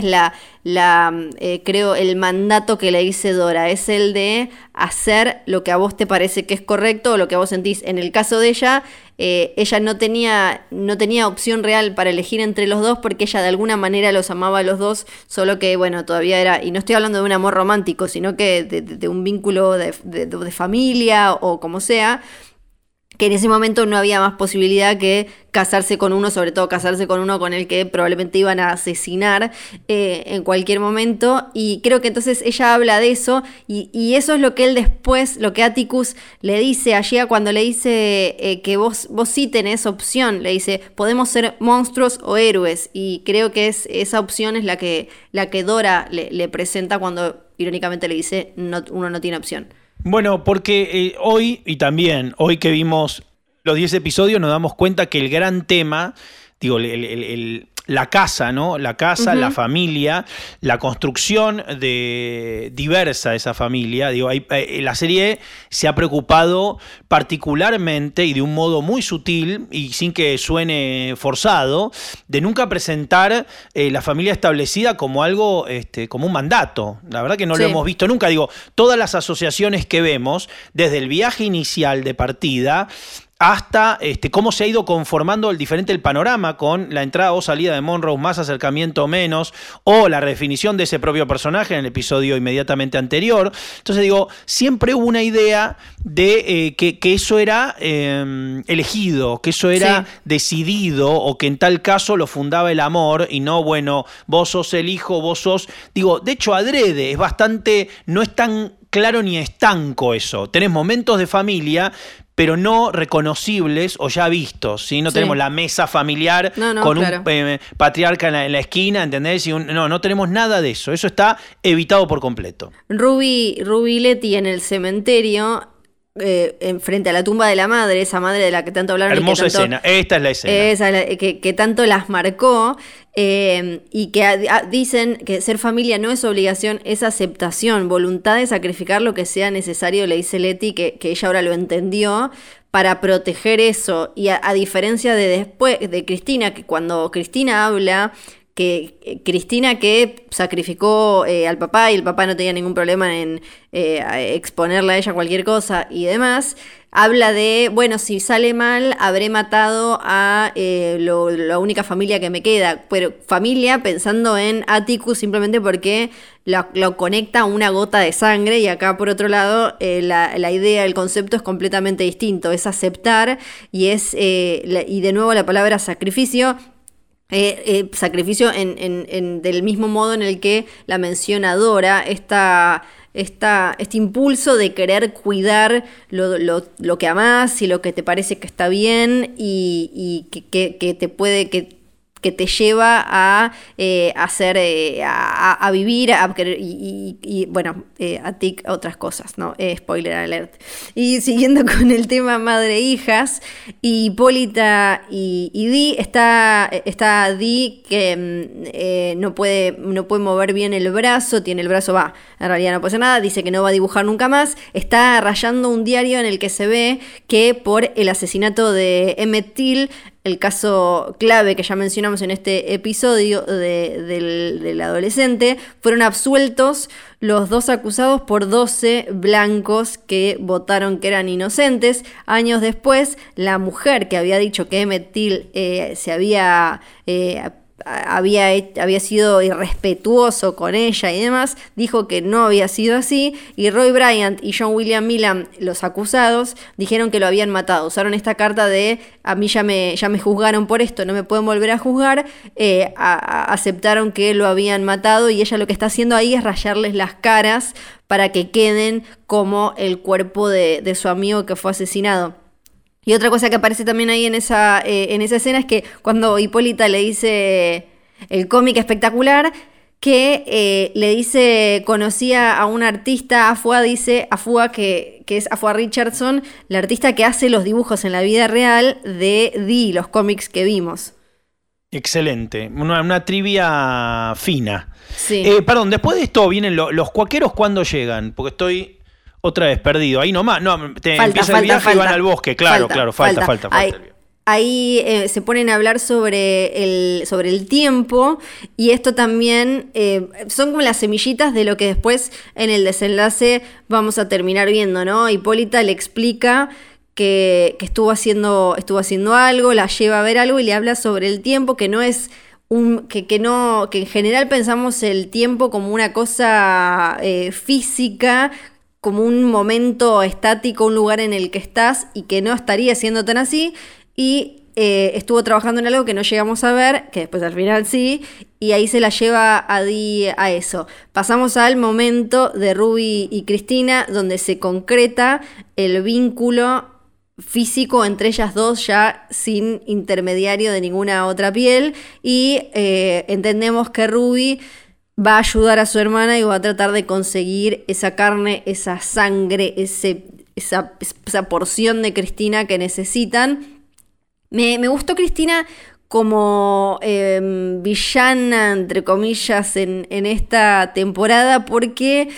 es creo, el mandato que le dice Dora. Es el de hacer lo que a vos te parece que es correcto o lo que vos sentís. En el caso de ella no tenía opción real para elegir entre los dos, porque ella de alguna manera los amaba a los dos, solo que, bueno, todavía era, y no estoy hablando de un amor romántico, sino que de un vínculo de familia o como sea, que en ese momento no había más posibilidad que casarse con uno, sobre todo casarse con uno con el que probablemente iban a asesinar en cualquier momento. Y creo que entonces ella habla de eso, y eso es lo que él después, lo que Atticus le dice allí cuando le dice que vos sí tenés opción, le dice: podemos ser monstruos o héroes, y creo que esa opción es la que Dora le presenta cuando irónicamente le dice: uno no tiene opción. Bueno, porque hoy que vimos los 10 episodios, nos damos cuenta que el gran tema, digo, la casa, ¿no? La casa, la familia, la construcción diversa de esa familia. Digo, la serie se ha preocupado particularmente y de un modo muy sutil y sin que suene forzado, de nunca presentar la familia establecida como algo, como un mandato. La verdad que no lo hemos visto nunca. Digo, todas las asociaciones que vemos, desde el viaje inicial de partida hasta cómo se ha ido conformando el panorama con la entrada o salida de Monrose, más acercamiento o menos, o la redefinición de ese propio personaje en el episodio inmediatamente anterior. Entonces digo, siempre hubo una idea de que eso era elegido, que eso era decidido, o que en tal caso lo fundaba el amor y no, bueno, vos sos el hijo, vos sos... Digo, de hecho, adrede, no es tan claro ni estanco eso. Tenés momentos de familia, pero no reconocibles o ya vistos, ¿sí? No tenemos la mesa familiar con un patriarca en la esquina, ¿entendés? No tenemos nada de eso. Eso está evitado por completo. Ruby y Letty en el cementerio, frente a la tumba de la madre, esa madre de la que tanto hablaron. Hermosa escena, esta es la escena. Esa que tanto las marcó, y que dicen que ser familia no es obligación, es aceptación, voluntad de sacrificar lo que sea necesario, le dice Letty, que ella ahora lo entendió, para proteger eso. Y a diferencia de Cristina, que cuando Cristina habla... Cristina que sacrificó al papá, y el papá no tenía ningún problema en exponerle a ella cualquier cosa y demás, habla de, bueno, si sale mal, habré matado a la única familia que me queda, pero familia pensando en Atticus simplemente porque lo conecta a una gota de sangre, y acá por otro lado la idea, el concepto es completamente distinto, es aceptar, y de nuevo la palabra sacrificio. sacrificio del mismo modo en el que la menciona Dora, este impulso de querer cuidar lo que amás y lo que te parece que está bien y que te puede... que te lleva a hacer, a vivir, a querer, y bueno, a otras cosas, ¿no? Spoiler alert. Y siguiendo con el tema madre-hijas, Hipólita y Dee, está Dee que no puede mover bien el brazo, tiene el brazo, en realidad no puede hacer nada, dice que no va a dibujar nunca más, está rayando un diario en el que se ve que por el asesinato de Emmett Till, el caso clave que ya mencionamos en este episodio del adolescente, fueron absueltos los 2 acusados por 12 blancos que votaron que eran inocentes. Años después, la mujer que había dicho que Emmett Till había sido irrespetuoso con ella y demás, dijo que no había sido así, y Roy Bryant y John William Milam, los acusados, dijeron que lo habían matado. Usaron esta carta de a mí ya me juzgaron por esto, no me pueden volver a juzgar, aceptaron que lo habían matado, y ella lo que está haciendo ahí es rayarles las caras para que queden como el cuerpo de su amigo que fue asesinado. Y otra cosa que aparece también ahí en esa escena es que cuando Hipólita le dice el cómic espectacular, que le dice, conocía a un artista, Afua, que es Afua Richardson, la artista que hace los dibujos en la vida real de Dee, los cómics que vimos. Excelente, una trivia fina. Sí. Perdón, después de esto vienen los cuaqueros, ¿cuándo llegan? Porque estoy... otra vez perdido. Ahí nomás. No, empieza el viaje y van al bosque. Claro, falta. Ahí se ponen a hablar sobre el tiempo, y esto también son como las semillitas de lo que después en el desenlace vamos a terminar viendo, ¿no? Hipólita le explica que estuvo haciendo algo, la lleva a ver algo y le habla sobre el tiempo, que no es... que en general pensamos el tiempo como una cosa física, como un momento estático, un lugar en el que estás, y que no estaría siendo tan así, y estuvo trabajando en algo que no llegamos a ver, que después al final sí, y ahí se la lleva a Dee a eso. Pasamos al momento de Ruby y Cristina, donde se concreta el vínculo físico entre ellas dos, ya sin intermediario de ninguna otra piel, y entendemos que Ruby va a ayudar a su hermana y va a tratar de conseguir esa carne, esa sangre, esa porción de Cristina que necesitan. Me gustó Cristina como villana, entre comillas, en esta temporada, porque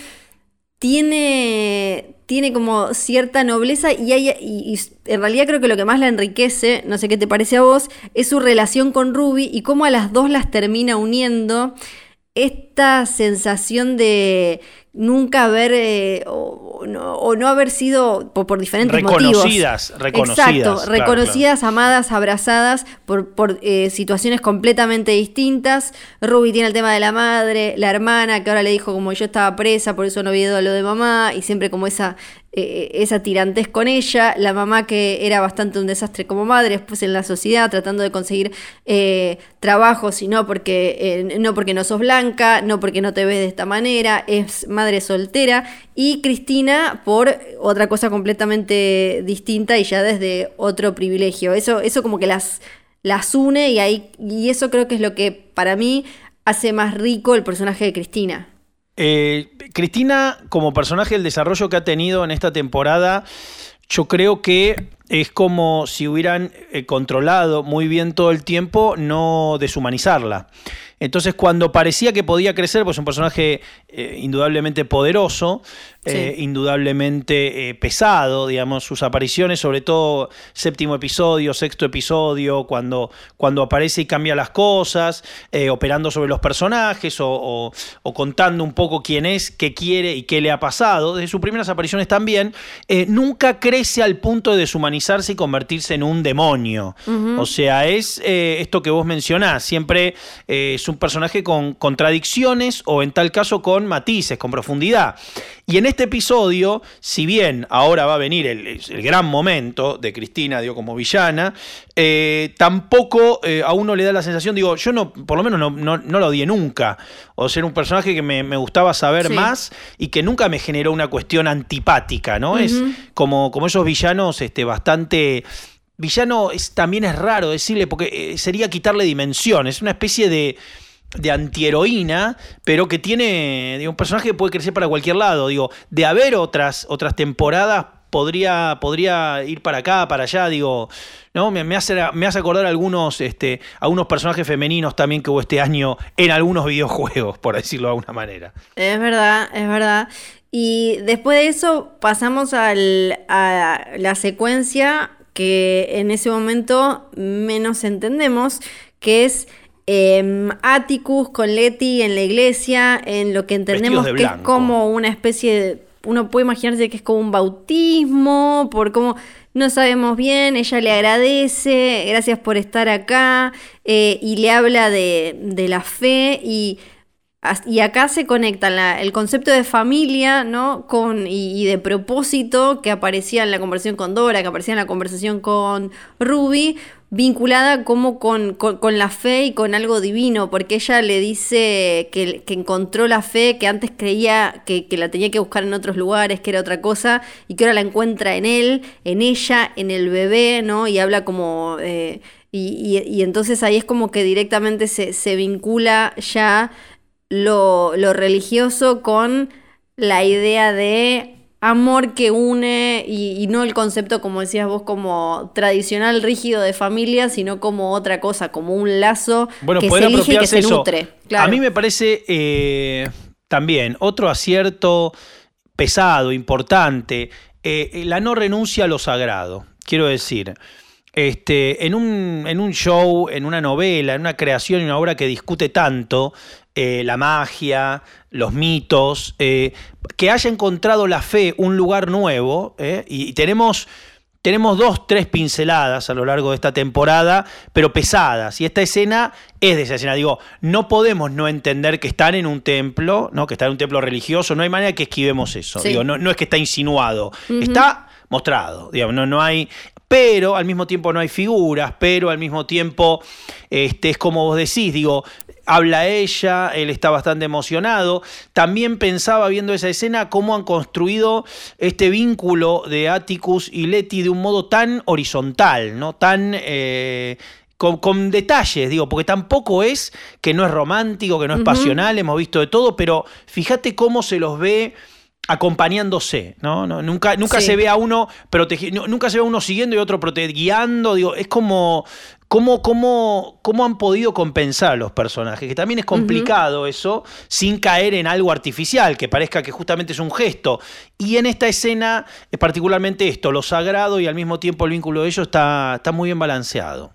tiene como cierta nobleza, y en realidad creo que lo que más la enriquece, no sé qué te parece a vos, es su relación con Ruby y cómo a las dos las termina uniendo. Esta sensación de nunca haber o no haber sido por diferentes motivos. Reconocidas. Reconocidas, claro. Amadas, abrazadas por situaciones completamente distintas. Ruby tiene el tema de la madre, la hermana que ahora le dijo como yo estaba presa, por eso no había ido a lo de mamá, y siempre como esa tirantez con ella, la mamá que era bastante un desastre como madre, después en la sociedad tratando de conseguir trabajos, y no porque no sos blanca, no porque no te ves de esta manera, es madre soltera, y Cristina por otra cosa completamente distinta y ya desde otro privilegio. Eso como que las une, y eso creo que es lo que para mí hace más rico el personaje de Cristina. Cristina, como personaje, el desarrollo que ha tenido en esta temporada, yo creo que es como si hubieran controlado muy bien todo el tiempo no deshumanizarla. Entonces, cuando parecía que podía crecer, pues un personaje indudablemente poderoso, sí. Indudablemente pesado, digamos, sus apariciones, sobre todo séptimo episodio, sexto episodio, cuando aparece y cambia las cosas, operando sobre los personajes o contando un poco quién es, qué quiere y qué le ha pasado. Desde sus primeras apariciones también, nunca crece al punto de deshumanizarse y convertirse en un demonio. Uh-huh. O sea, es esto que vos mencionás, siempre es un personaje con contradicciones, o en tal caso con matices, con profundidad. Y en este episodio, si bien ahora va a venir el gran momento de Cristina, digo, como villana, tampoco a uno le da la sensación, digo, yo no, por lo menos no lo odié nunca. O sea, era un personaje que me gustaba saber más y que nunca me generó una cuestión antipática, ¿no? Es como esos villanos bastante... Villano también es raro decirle, porque sería quitarle dimensión. Es una especie de antiheroína, pero que tiene, digo, un personaje que puede crecer para cualquier lado. Digo, de haber otras temporadas, podría ir para acá, para allá, digo, ¿no? Me hace acordar a algunos personajes femeninos también que hubo este año en algunos videojuegos, por decirlo de alguna manera. Es verdad. Y después de eso pasamos a la secuencia que en ese momento menos entendemos, que es Atticus con Letty en la iglesia, en lo que entendemos que es como una especie de... Uno puede imaginarse que es como un bautismo, por cómo no sabemos bien, ella le agradece, gracias por estar acá, y le habla de la fe, y acá se conectan el concepto de familia, ¿no? Y de propósito que aparecía en la conversación con Dora, que aparecía en la conversación con Ruby, vinculada como con la fe y con algo divino, porque ella le dice que encontró la fe, que antes creía que la tenía que buscar en otros lugares, que era otra cosa, y que ahora la encuentra en él, en ella, en el bebé, ¿no? Y habla como... y entonces ahí es como que directamente se vincula ya lo religioso con la idea de amor que une y no el concepto, como decías vos, como tradicional rígido de familia, sino como otra cosa, como un lazo que se elige y que se nutre. Claro. A mí me parece también otro acierto pesado, importante, la no renuncia a lo sagrado. Quiero decir, en un show, en una novela, en una creación y una obra que discute tanto la magia, los mitos, que haya encontrado la fe un lugar nuevo, y tenemos 2-3 pinceladas a lo largo de esta temporada, pero pesadas, y esta escena es de esa escena. Digo, no podemos no entender que están en un templo, ¿no? Que están en un templo religioso, no hay manera que esquivemos eso. Sí. Digo, no es que está insinuado, está mostrado, digamos, no hay... Pero al mismo tiempo no hay figuras, pero al mismo tiempo es como vos decís, digo, habla ella, él está bastante emocionado. También pensaba viendo esa escena cómo han construido este vínculo de Atticus y Letty de un modo tan horizontal, ¿no? Tan... Con detalles, digo, porque tampoco es que no es romántico, que no es pasional, hemos visto de todo, pero fíjate cómo se los ve acompañándose, ¿no? Nunca sí. Se ve a uno nunca se ve a uno siguiendo y otro guiando, digo, es como cómo han podido compensar a los personajes, que también es complicado eso, sin caer en algo artificial, que parezca que justamente es un gesto. Y en esta escena, particularmente esto, lo sagrado y al mismo tiempo el vínculo de ellos está muy bien balanceado.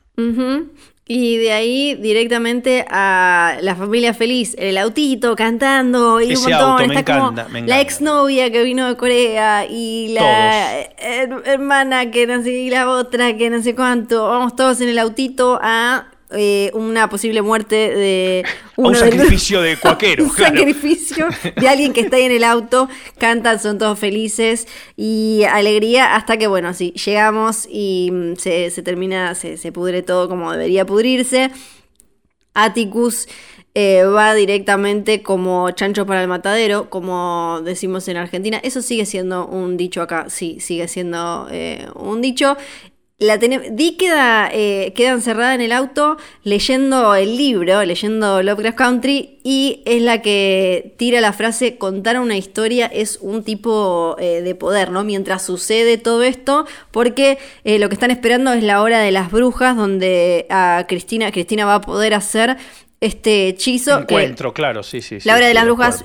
Y de ahí directamente a la familia feliz, el autito cantando y ese un montón. Auto, está como me encanta. La exnovia que vino de Corea y la hermana que no sé, y la otra que no sé cuánto. Vamos todos en el autito a una posible muerte de un sacrificio de cuaquero. Un sacrificio de alguien que está ahí en el auto. Cantan, son todos felices y alegría hasta que, bueno, sí, llegamos y se termina, se pudre todo como debería pudrirse. Atticus va directamente como chancho para el matadero, como decimos en Argentina. Eso sigue siendo un dicho acá, sí, sigue siendo un dicho. Queda encerrada en el auto leyendo el libro, leyendo Lovecraft Country, y es la que tira la frase: contar una historia es un tipo de poder, ¿no? Mientras sucede todo esto, porque lo que están esperando es la hora de las brujas, donde a Cristina va a poder hacer este hechizo. Encuentro, claro, sí. La hora de las brujas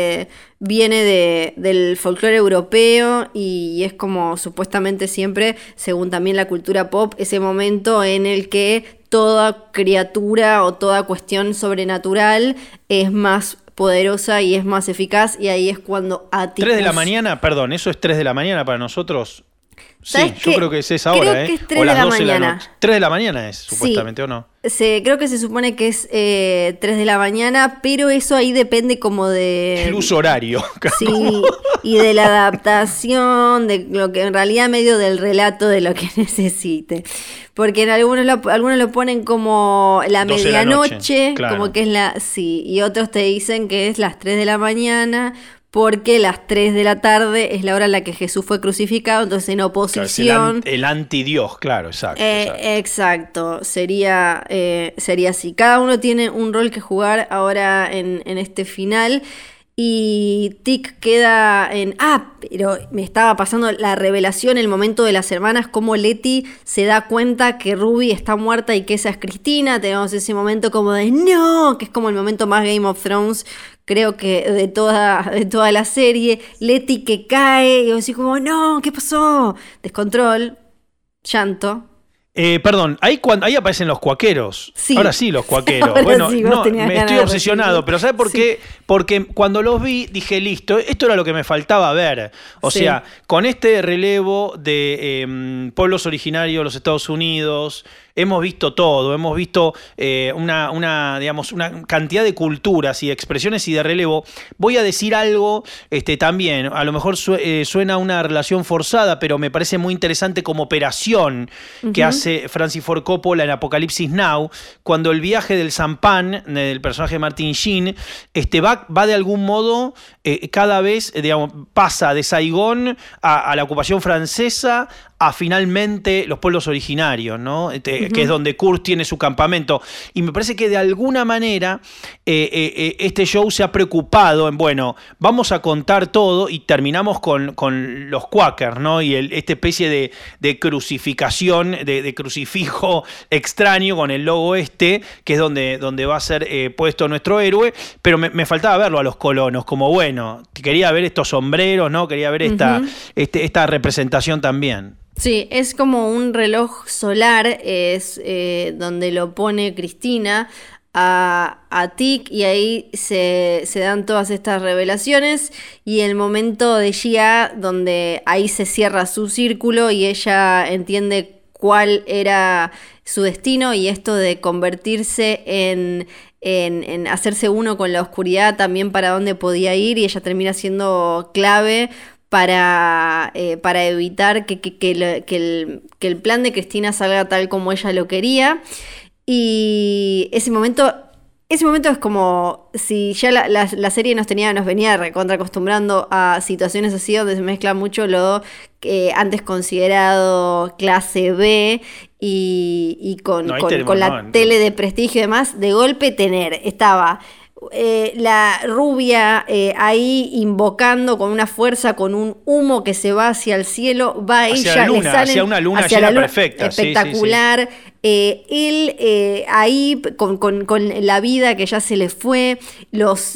viene del folclore europeo y es como supuestamente siempre, según también la cultura pop, ese momento en el que toda criatura o toda cuestión sobrenatural es más poderosa y es más eficaz, y ahí es cuando Atticus... 3 de la mañana, perdón, eso es 3 de la mañana para nosotros. Sí, yo creo que es esa creo hora, que ¿eh? es 3 O de las la 12 de la mañana. noche. 3 de la mañana es, supuestamente, Sí. ¿o no? Creo que se supone que es 3 de la mañana, pero eso ahí depende como de... El uso horario. Sí, y de la adaptación, de lo que en realidad medio del relato de lo que necesite. Porque en algunos lo ponen como la 12 de la noche, medianoche, claro. como que es sí, y otros te dicen que es las 3 de la mañana, porque las 3 de la tarde es la hora en la que Jesús fue crucificado, entonces en Claro, oposición... es el antidios, claro, exacto. Exacto, sería así. Cada uno tiene un rol que jugar ahora en este final. Y Tic queda en... pero me estaba pasando la revelación, el momento de las hermanas, cómo Letty se da cuenta que Ruby está muerta y que esa es Cristina. Tenemos ese momento como de ¡no! Que es como el momento más Game of Thrones, creo que de toda la serie. Letty que cae y así como ¡no! ¿Qué pasó? Descontrol, llanto. Perdón, ahí aparecen los cuaqueros. Sí. Ahora sí, los cuaqueros. Ahora Bueno, sí, vos no, tenías me ganas estoy de obsesionado, repetir. pero ¿sabes por Sí. qué? Porque cuando los vi dije, listo, esto era lo que me faltaba ver. O Sí. sea, con este relevo de pueblos originarios de los Estados Unidos, hemos visto todo, hemos visto digamos, una cantidad de culturas y expresiones y de relevo. Voy a decir algo también, a lo mejor suena una relación forzada, pero me parece muy interesante como operación que hace Francis Ford Coppola en Apocalipsis Now, cuando el viaje del Sampan, del personaje de Martin Sheen, va de algún modo cada vez, digamos, pasa de Saigón a la ocupación francesa a finalmente los pueblos originarios, ¿no? Que es donde Kurtz tiene su campamento. Y me parece que de alguna manera este show se ha preocupado en, bueno, vamos a contar todo y terminamos con los Quakers, ¿no? Y esta especie de crucificación, de crucifijo extraño con el logo que es donde va a ser puesto nuestro héroe. Pero me faltaba verlo a los colonos, como bueno, quería ver estos sombreros, ¿no? Quería ver esta representación también. Sí, es como un reloj solar, es donde lo pone Cristina a Tic, y ahí se dan todas estas revelaciones, y el momento de Gia donde ahí se cierra su círculo y ella entiende cuál era su destino, y esto de convertirse en hacerse uno con la oscuridad, también para dónde podía ir, y ella termina siendo clave para evitar que el plan de Cristina salga tal como ella lo quería. Y ese momento es como si ya la serie nos venía recontra acostumbrando a situaciones así, donde se mezcla mucho lo que antes considerado clase B y con la tele de prestigio y demás. De golpe estaba la rubia ahí invocando con una fuerza, con un humo que se va hacia el cielo, va hacia ella, hacia una luna llena perfecta, espectacular. Sí. Él ahí con la vida que ya se le fue, las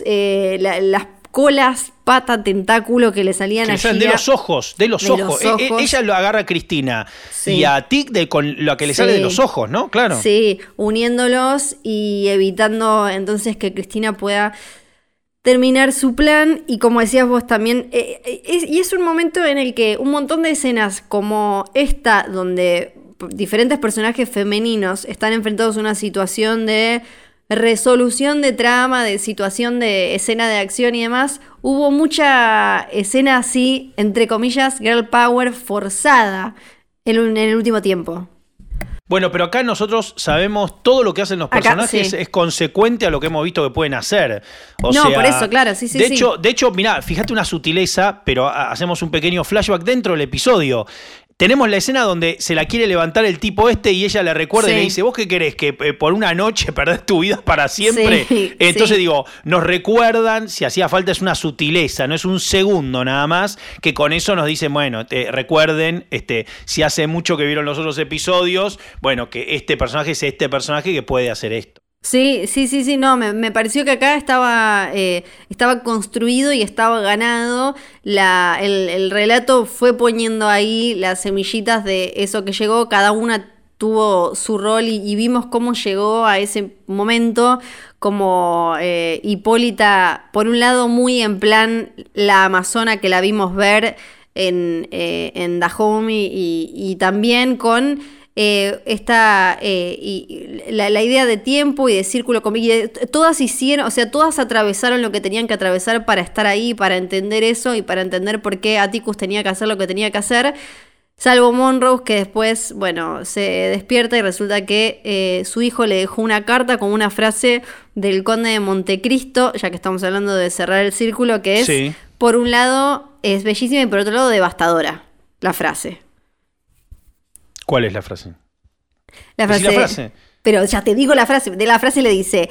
colas, pata, tentáculo que le salían a Gia. De los ojos. Ella lo agarra a Cristina y a Tic con lo que le sale de los ojos, ¿no? Claro. Sí, uniéndolos y evitando entonces que Cristina pueda terminar su plan. Y como decías vos también, y es un momento en el que un montón de escenas como esta, donde diferentes personajes femeninos están enfrentados a una situación de resolución de trama, de situación de escena de acción y demás, hubo mucha escena así, entre comillas, girl power forzada en el último tiempo. Bueno, pero acá nosotros sabemos todo lo que hacen los personajes es consecuente a lo que hemos visto que pueden hacer. O sea, por eso, claro, sí. De hecho, mirá, fíjate una sutileza, pero hacemos un pequeño flashback dentro del episodio. Tenemos la escena donde se la quiere levantar el tipo y ella le recuerda y le dice, ¿vos qué querés? ¿Que por una noche perdés tu vida para siempre? Entonces digo, nos recuerdan, si hacía falta es una sutileza, no es un segundo nada más, que con eso nos dicen, bueno, recuerden, si hace mucho que vieron los otros episodios, bueno, que este personaje es este personaje que puede hacer esto. Sí, no, me pareció que acá estaba construido y estaba ganado. El relato fue poniendo ahí las semillitas de eso que llegó, cada una tuvo su rol y vimos cómo llegó a ese momento, como Hipólita, por un lado muy en plan la amazona que la vimos ver, en Dahomey y también con la idea de tiempo y de círculo, todas hicieron, o sea, todas atravesaron lo que tenían que atravesar para estar ahí, para entender eso y para entender por qué Atticus tenía que hacer lo que tenía que hacer, salvo Monrose, que después, bueno, se despierta y resulta que su hijo le dejó una carta con una frase del Conde de Montecristo, ya que estamos hablando de cerrar el círculo, que es, sí, por un lado es bellísima y por otro lado devastadora la frase. ¿ ¿Cuál es la frase? La frase. Pero ya te digo la frase. De la frase le dice,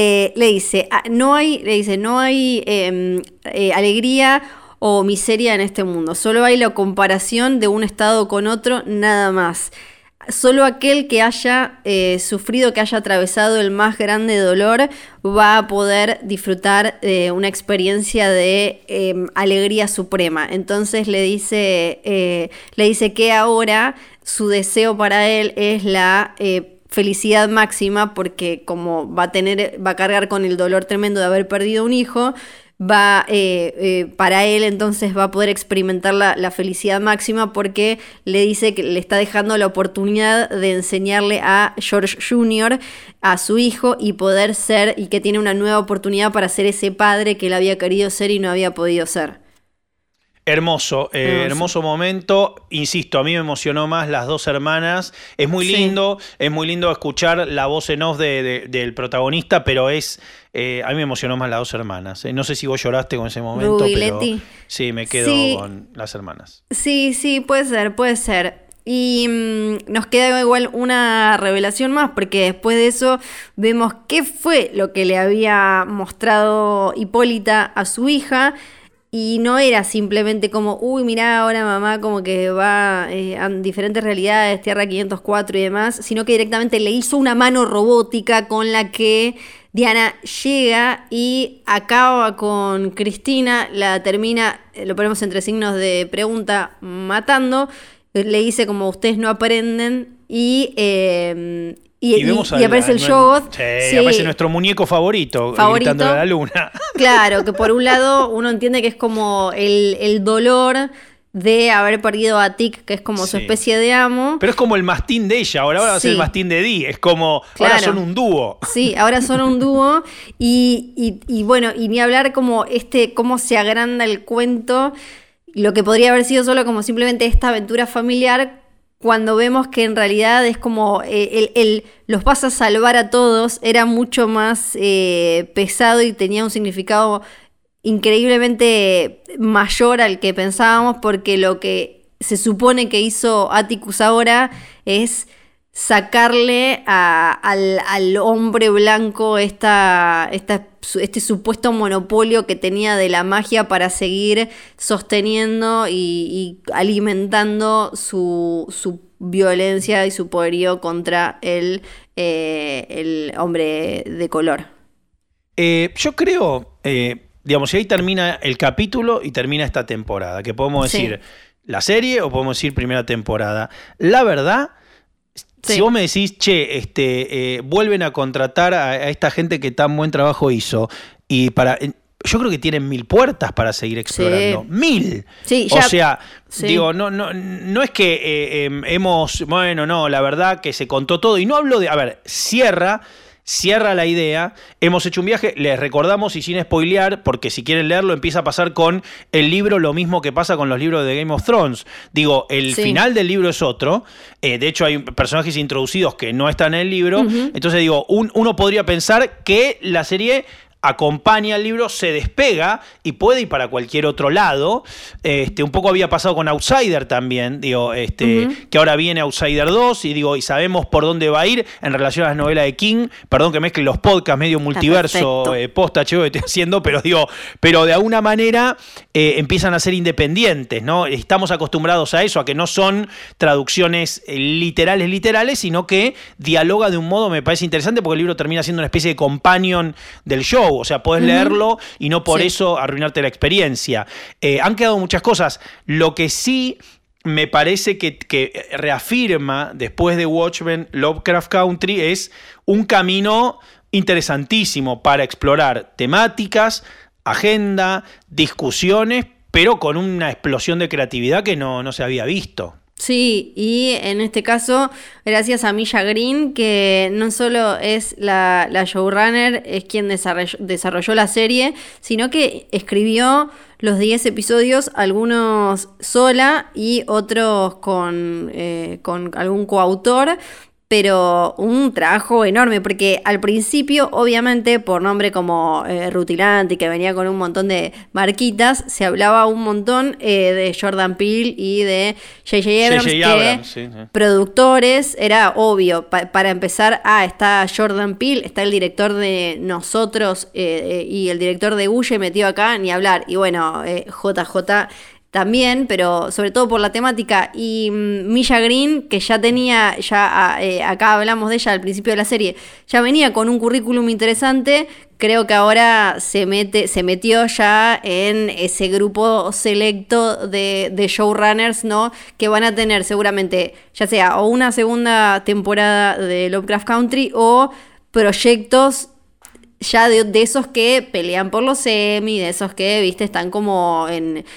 no hay alegría o miseria en este mundo. Solo hay la comparación de un estado con otro, nada más. Solo aquel que haya sufrido, que haya atravesado el más grande dolor, va a poder disfrutar una experiencia de alegría suprema. Entonces le dice que ahora su deseo para él es la felicidad máxima, porque como va a cargar con el dolor tremendo de haber perdido un hijo, para él entonces va a poder experimentar la felicidad máxima, porque le dice que le está dejando la oportunidad de enseñarle a George Jr., a su hijo, y poder ser, y que tiene una nueva oportunidad para ser ese padre que él había querido ser y no había podido ser. Hermoso hermoso momento. Insisto, a mí me emocionó más las dos hermanas. Es muy lindo, sí, es muy lindo escuchar la voz en off del protagonista, pero a mí me emocionó más las dos hermanas. No sé si vos lloraste con ese momento, Ruby, pero Leti. Sí, me quedo con las hermanas. Sí, puede ser. Y nos queda igual una revelación más, porque después de eso vemos qué fue lo que le había mostrado Hipólita a su hija. Y no era simplemente como, mirá, ahora mamá como que va a diferentes realidades, Tierra 504 y demás, sino que directamente le hizo una mano robótica con la que Diana llega y acaba con Cristina, la termina, lo ponemos entre signos de pregunta, matando. Le dice como, ustedes no aprenden, y aparece el Shoggoth. Sí, aparece nuestro muñeco favorito, gritando a la luna. Claro, que por un lado uno entiende que es como el dolor de haber perdido a Tic, que es como su especie de amo. Pero es como el mastín de ella, ahora va a ser el mastín de Dee. Es como, ahora son un dúo. Sí, ahora son un dúo. Y bueno, y ni hablar como cómo se agranda el cuento, lo que podría haber sido solo como simplemente esta aventura familiar, cuando vemos que en realidad es como los vas a salvar a todos, era mucho más pesado y tenía un significado increíblemente mayor al que pensábamos, porque lo que se supone que hizo Atticus ahora es sacarle al hombre blanco este supuesto monopolio que tenía de la magia para seguir sosteniendo y alimentando su violencia y su poderío contra el hombre de color. Yo creo, digamos, si ahí termina el capítulo y termina esta temporada, que podemos decir la serie o podemos decir primera temporada. La verdad, si vos me decís, vuelven a contratar a esta gente que tan buen trabajo hizo, y yo creo que tienen 1000 puertas para seguir explorando. 1000. Sí, o sea, digo, no es que la verdad que se contó todo. Y no hablo de, cierra la idea. Hemos hecho un viaje, les recordamos, y sin spoilear, porque si quieren leerlo empieza a pasar con el libro lo mismo que pasa con los libros de Game of Thrones. Digo, el final del libro es otro. De hecho hay personajes introducidos que no están en el libro. Entonces digo, uno podría pensar que la serie acompaña al libro, se despega y puede ir para cualquier otro lado. Un poco había pasado con Outsider también, que ahora viene Outsider 2 y sabemos por dónde va a ir en relación a las novelas de King. Perdón que mezcle los podcasts, medio multiverso, post-HBO que estoy haciendo, pero de alguna manera empiezan a ser independientes, ¿no? Estamos acostumbrados a eso, a que no son traducciones literales, sino que dialoga de un modo, me parece interesante, porque el libro termina siendo una especie de companion del show. O sea, podés leerlo y no por eso arruinarte la experiencia. Han quedado muchas cosas. Lo que sí me parece que reafirma después de Watchmen Lovecraft Country es un camino interesantísimo para explorar temáticas, agenda, discusiones, pero con una explosión de creatividad que no se había visto. Sí, y en este caso, gracias a Milla Green, que no solo es la showrunner, es quien desarrolló la serie, sino que escribió los 10 episodios, algunos sola y otros con algún coautor. Pero un trabajo enorme, porque al principio, obviamente, por nombre como Rutilanti, que venía con un montón de marquitas, se hablaba un montón de Jordan Peele y de J.J. Abrams, sí. Productores, era obvio. Para empezar, está Jordan Peele, está el director de Nosotros y el director de Huye metido acá, ni hablar. Y bueno, JJ... también, pero sobre todo por la temática. Y Milla Green, que ya tenía, acá hablamos de ella al principio de la serie, ya venía con un currículum interesante. Creo que ahora se metió ya en ese grupo selecto de showrunners, ¿no? Que van a tener seguramente, ya sea o una segunda temporada de Lovecraft Country o proyectos ya de esos que pelean por los Emmy, de esos que, viste, están como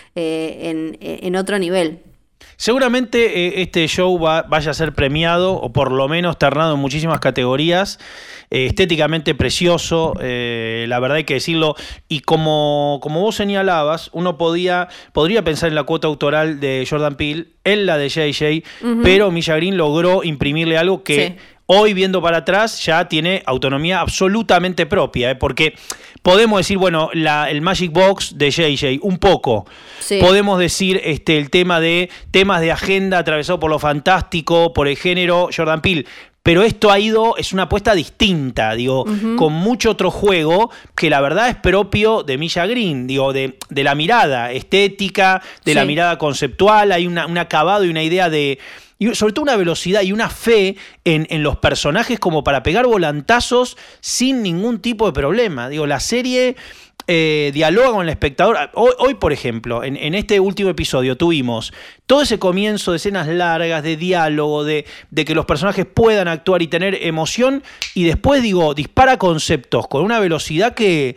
en otro nivel. Seguramente este show vaya a ser premiado, o por lo menos ternado en muchísimas categorías. Estéticamente precioso, la verdad hay que decirlo. Y como vos señalabas, uno podría pensar en la cuota autoral de Jordan Peele, en la de JJ, pero Milla Green logró imprimirle algo que... Sí. Hoy, viendo para atrás, ya tiene autonomía absolutamente propia, porque podemos decir, bueno, el Magic Box de JJ, un poco. Sí. Podemos decir el tema de temas de agenda atravesado por lo fantástico, por el género Jordan Peele. Pero esto es una apuesta distinta, con mucho otro juego que la verdad es propio de Milla Green, de la mirada estética, de la mirada conceptual. Hay un acabado y una idea de... Y sobre todo una velocidad y una fe en los personajes como para pegar volantazos sin ningún tipo de problema. La serie dialoga con el espectador. Hoy, por ejemplo, en este último episodio tuvimos todo ese comienzo de escenas largas, de diálogo, de que los personajes puedan actuar y tener emoción, y después, dispara conceptos con una velocidad que,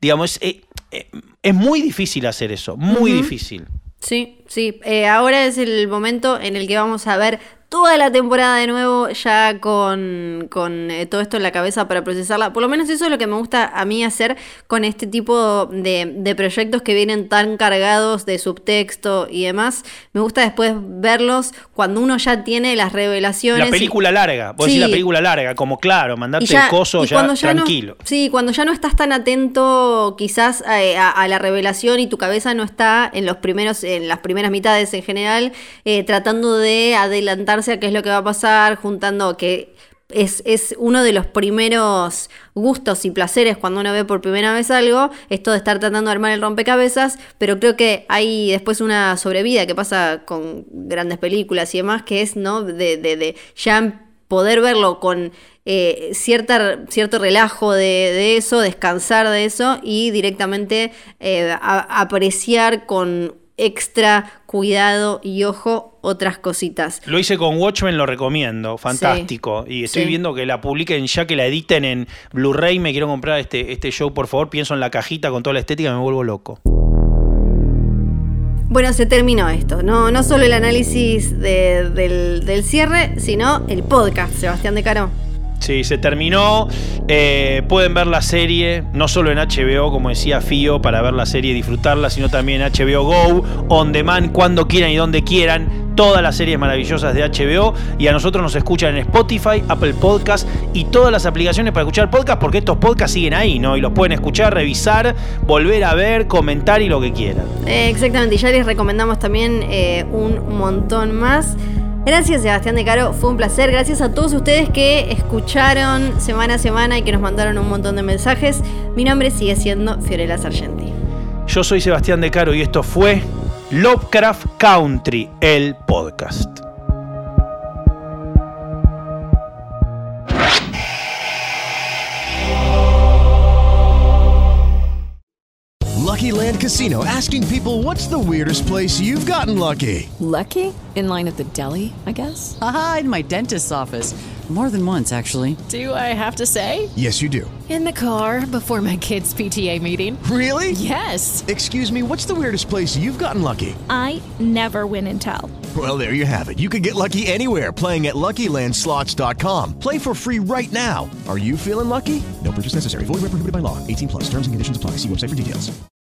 es muy difícil hacer eso, muy difícil. Sí. Ahora es el momento en el que vamos a ver toda la temporada de nuevo, ya con todo esto en la cabeza para procesarla. Por lo menos eso es lo que me gusta a mí hacer con este tipo de proyectos que vienen tan cargados de subtexto y demás. Me gusta después verlos cuando uno ya tiene las revelaciones. La película larga, vos decís la película larga, como claro, mandarte el coso ya tranquilo. Cuando ya no estás tan atento quizás a la revelación y tu cabeza no está en las primeras mitades en general, tratando de adelantarse a qué es lo que va a pasar, juntando que es uno de los primeros gustos y placeres cuando uno ve por primera vez algo, esto de estar tratando de armar el rompecabezas, pero creo que hay después una sobrevida que pasa con grandes películas y demás, que es, ¿no? de ya poder verlo con cierto relajo de eso, descansar de eso y directamente apreciar con extra cuidado y ojo otras cositas. Lo hice con Watchmen, lo recomiendo, fantástico. Sí, y estoy viendo que la publiquen ya, que la editen en Blu-ray. Me quiero comprar este show, por favor. Pienso en la cajita con toda la estética, me vuelvo loco. Bueno, se terminó esto. No solo el análisis del cierre, sino el podcast, Sebastián de Caro. Sí, se terminó. Pueden ver la serie, no solo en HBO, como decía Fío, para ver la serie y disfrutarla, sino también en HBO Go, on demand, cuando quieran y donde quieran. Todas las series maravillosas de HBO. Y a nosotros nos escuchan en Spotify, Apple Podcast y todas las aplicaciones para escuchar podcast, porque estos podcasts siguen ahí, ¿no? Y los pueden escuchar, revisar, volver a ver, comentar y lo que quieran. Exactamente, y ya les recomendamos también un montón más. Gracias, Sebastián de Caro, fue un placer. Gracias a todos ustedes que escucharon semana a semana y que nos mandaron un montón de mensajes. Mi nombre sigue siendo Fiorella Sargenti. Yo soy Sebastián de Caro y esto fue Lovecraft Country, el podcast. Lucky Land Casino, asking people, what's the weirdest place you've gotten lucky? Lucky? In line at the deli, I guess? Aha, in my dentist's office. More than once, actually. Do I have to say? Yes, you do. In the car before my kids' PTA meeting. Really? Yes. Excuse me, what's the weirdest place you've gotten lucky? I never win and tell. Well, there you have it. You can get lucky anywhere, playing at LuckyLandSlots.com. Play for free right now. Are you feeling lucky? No purchase necessary. Void where prohibited by law. 18+. Terms and conditions apply. See website for details.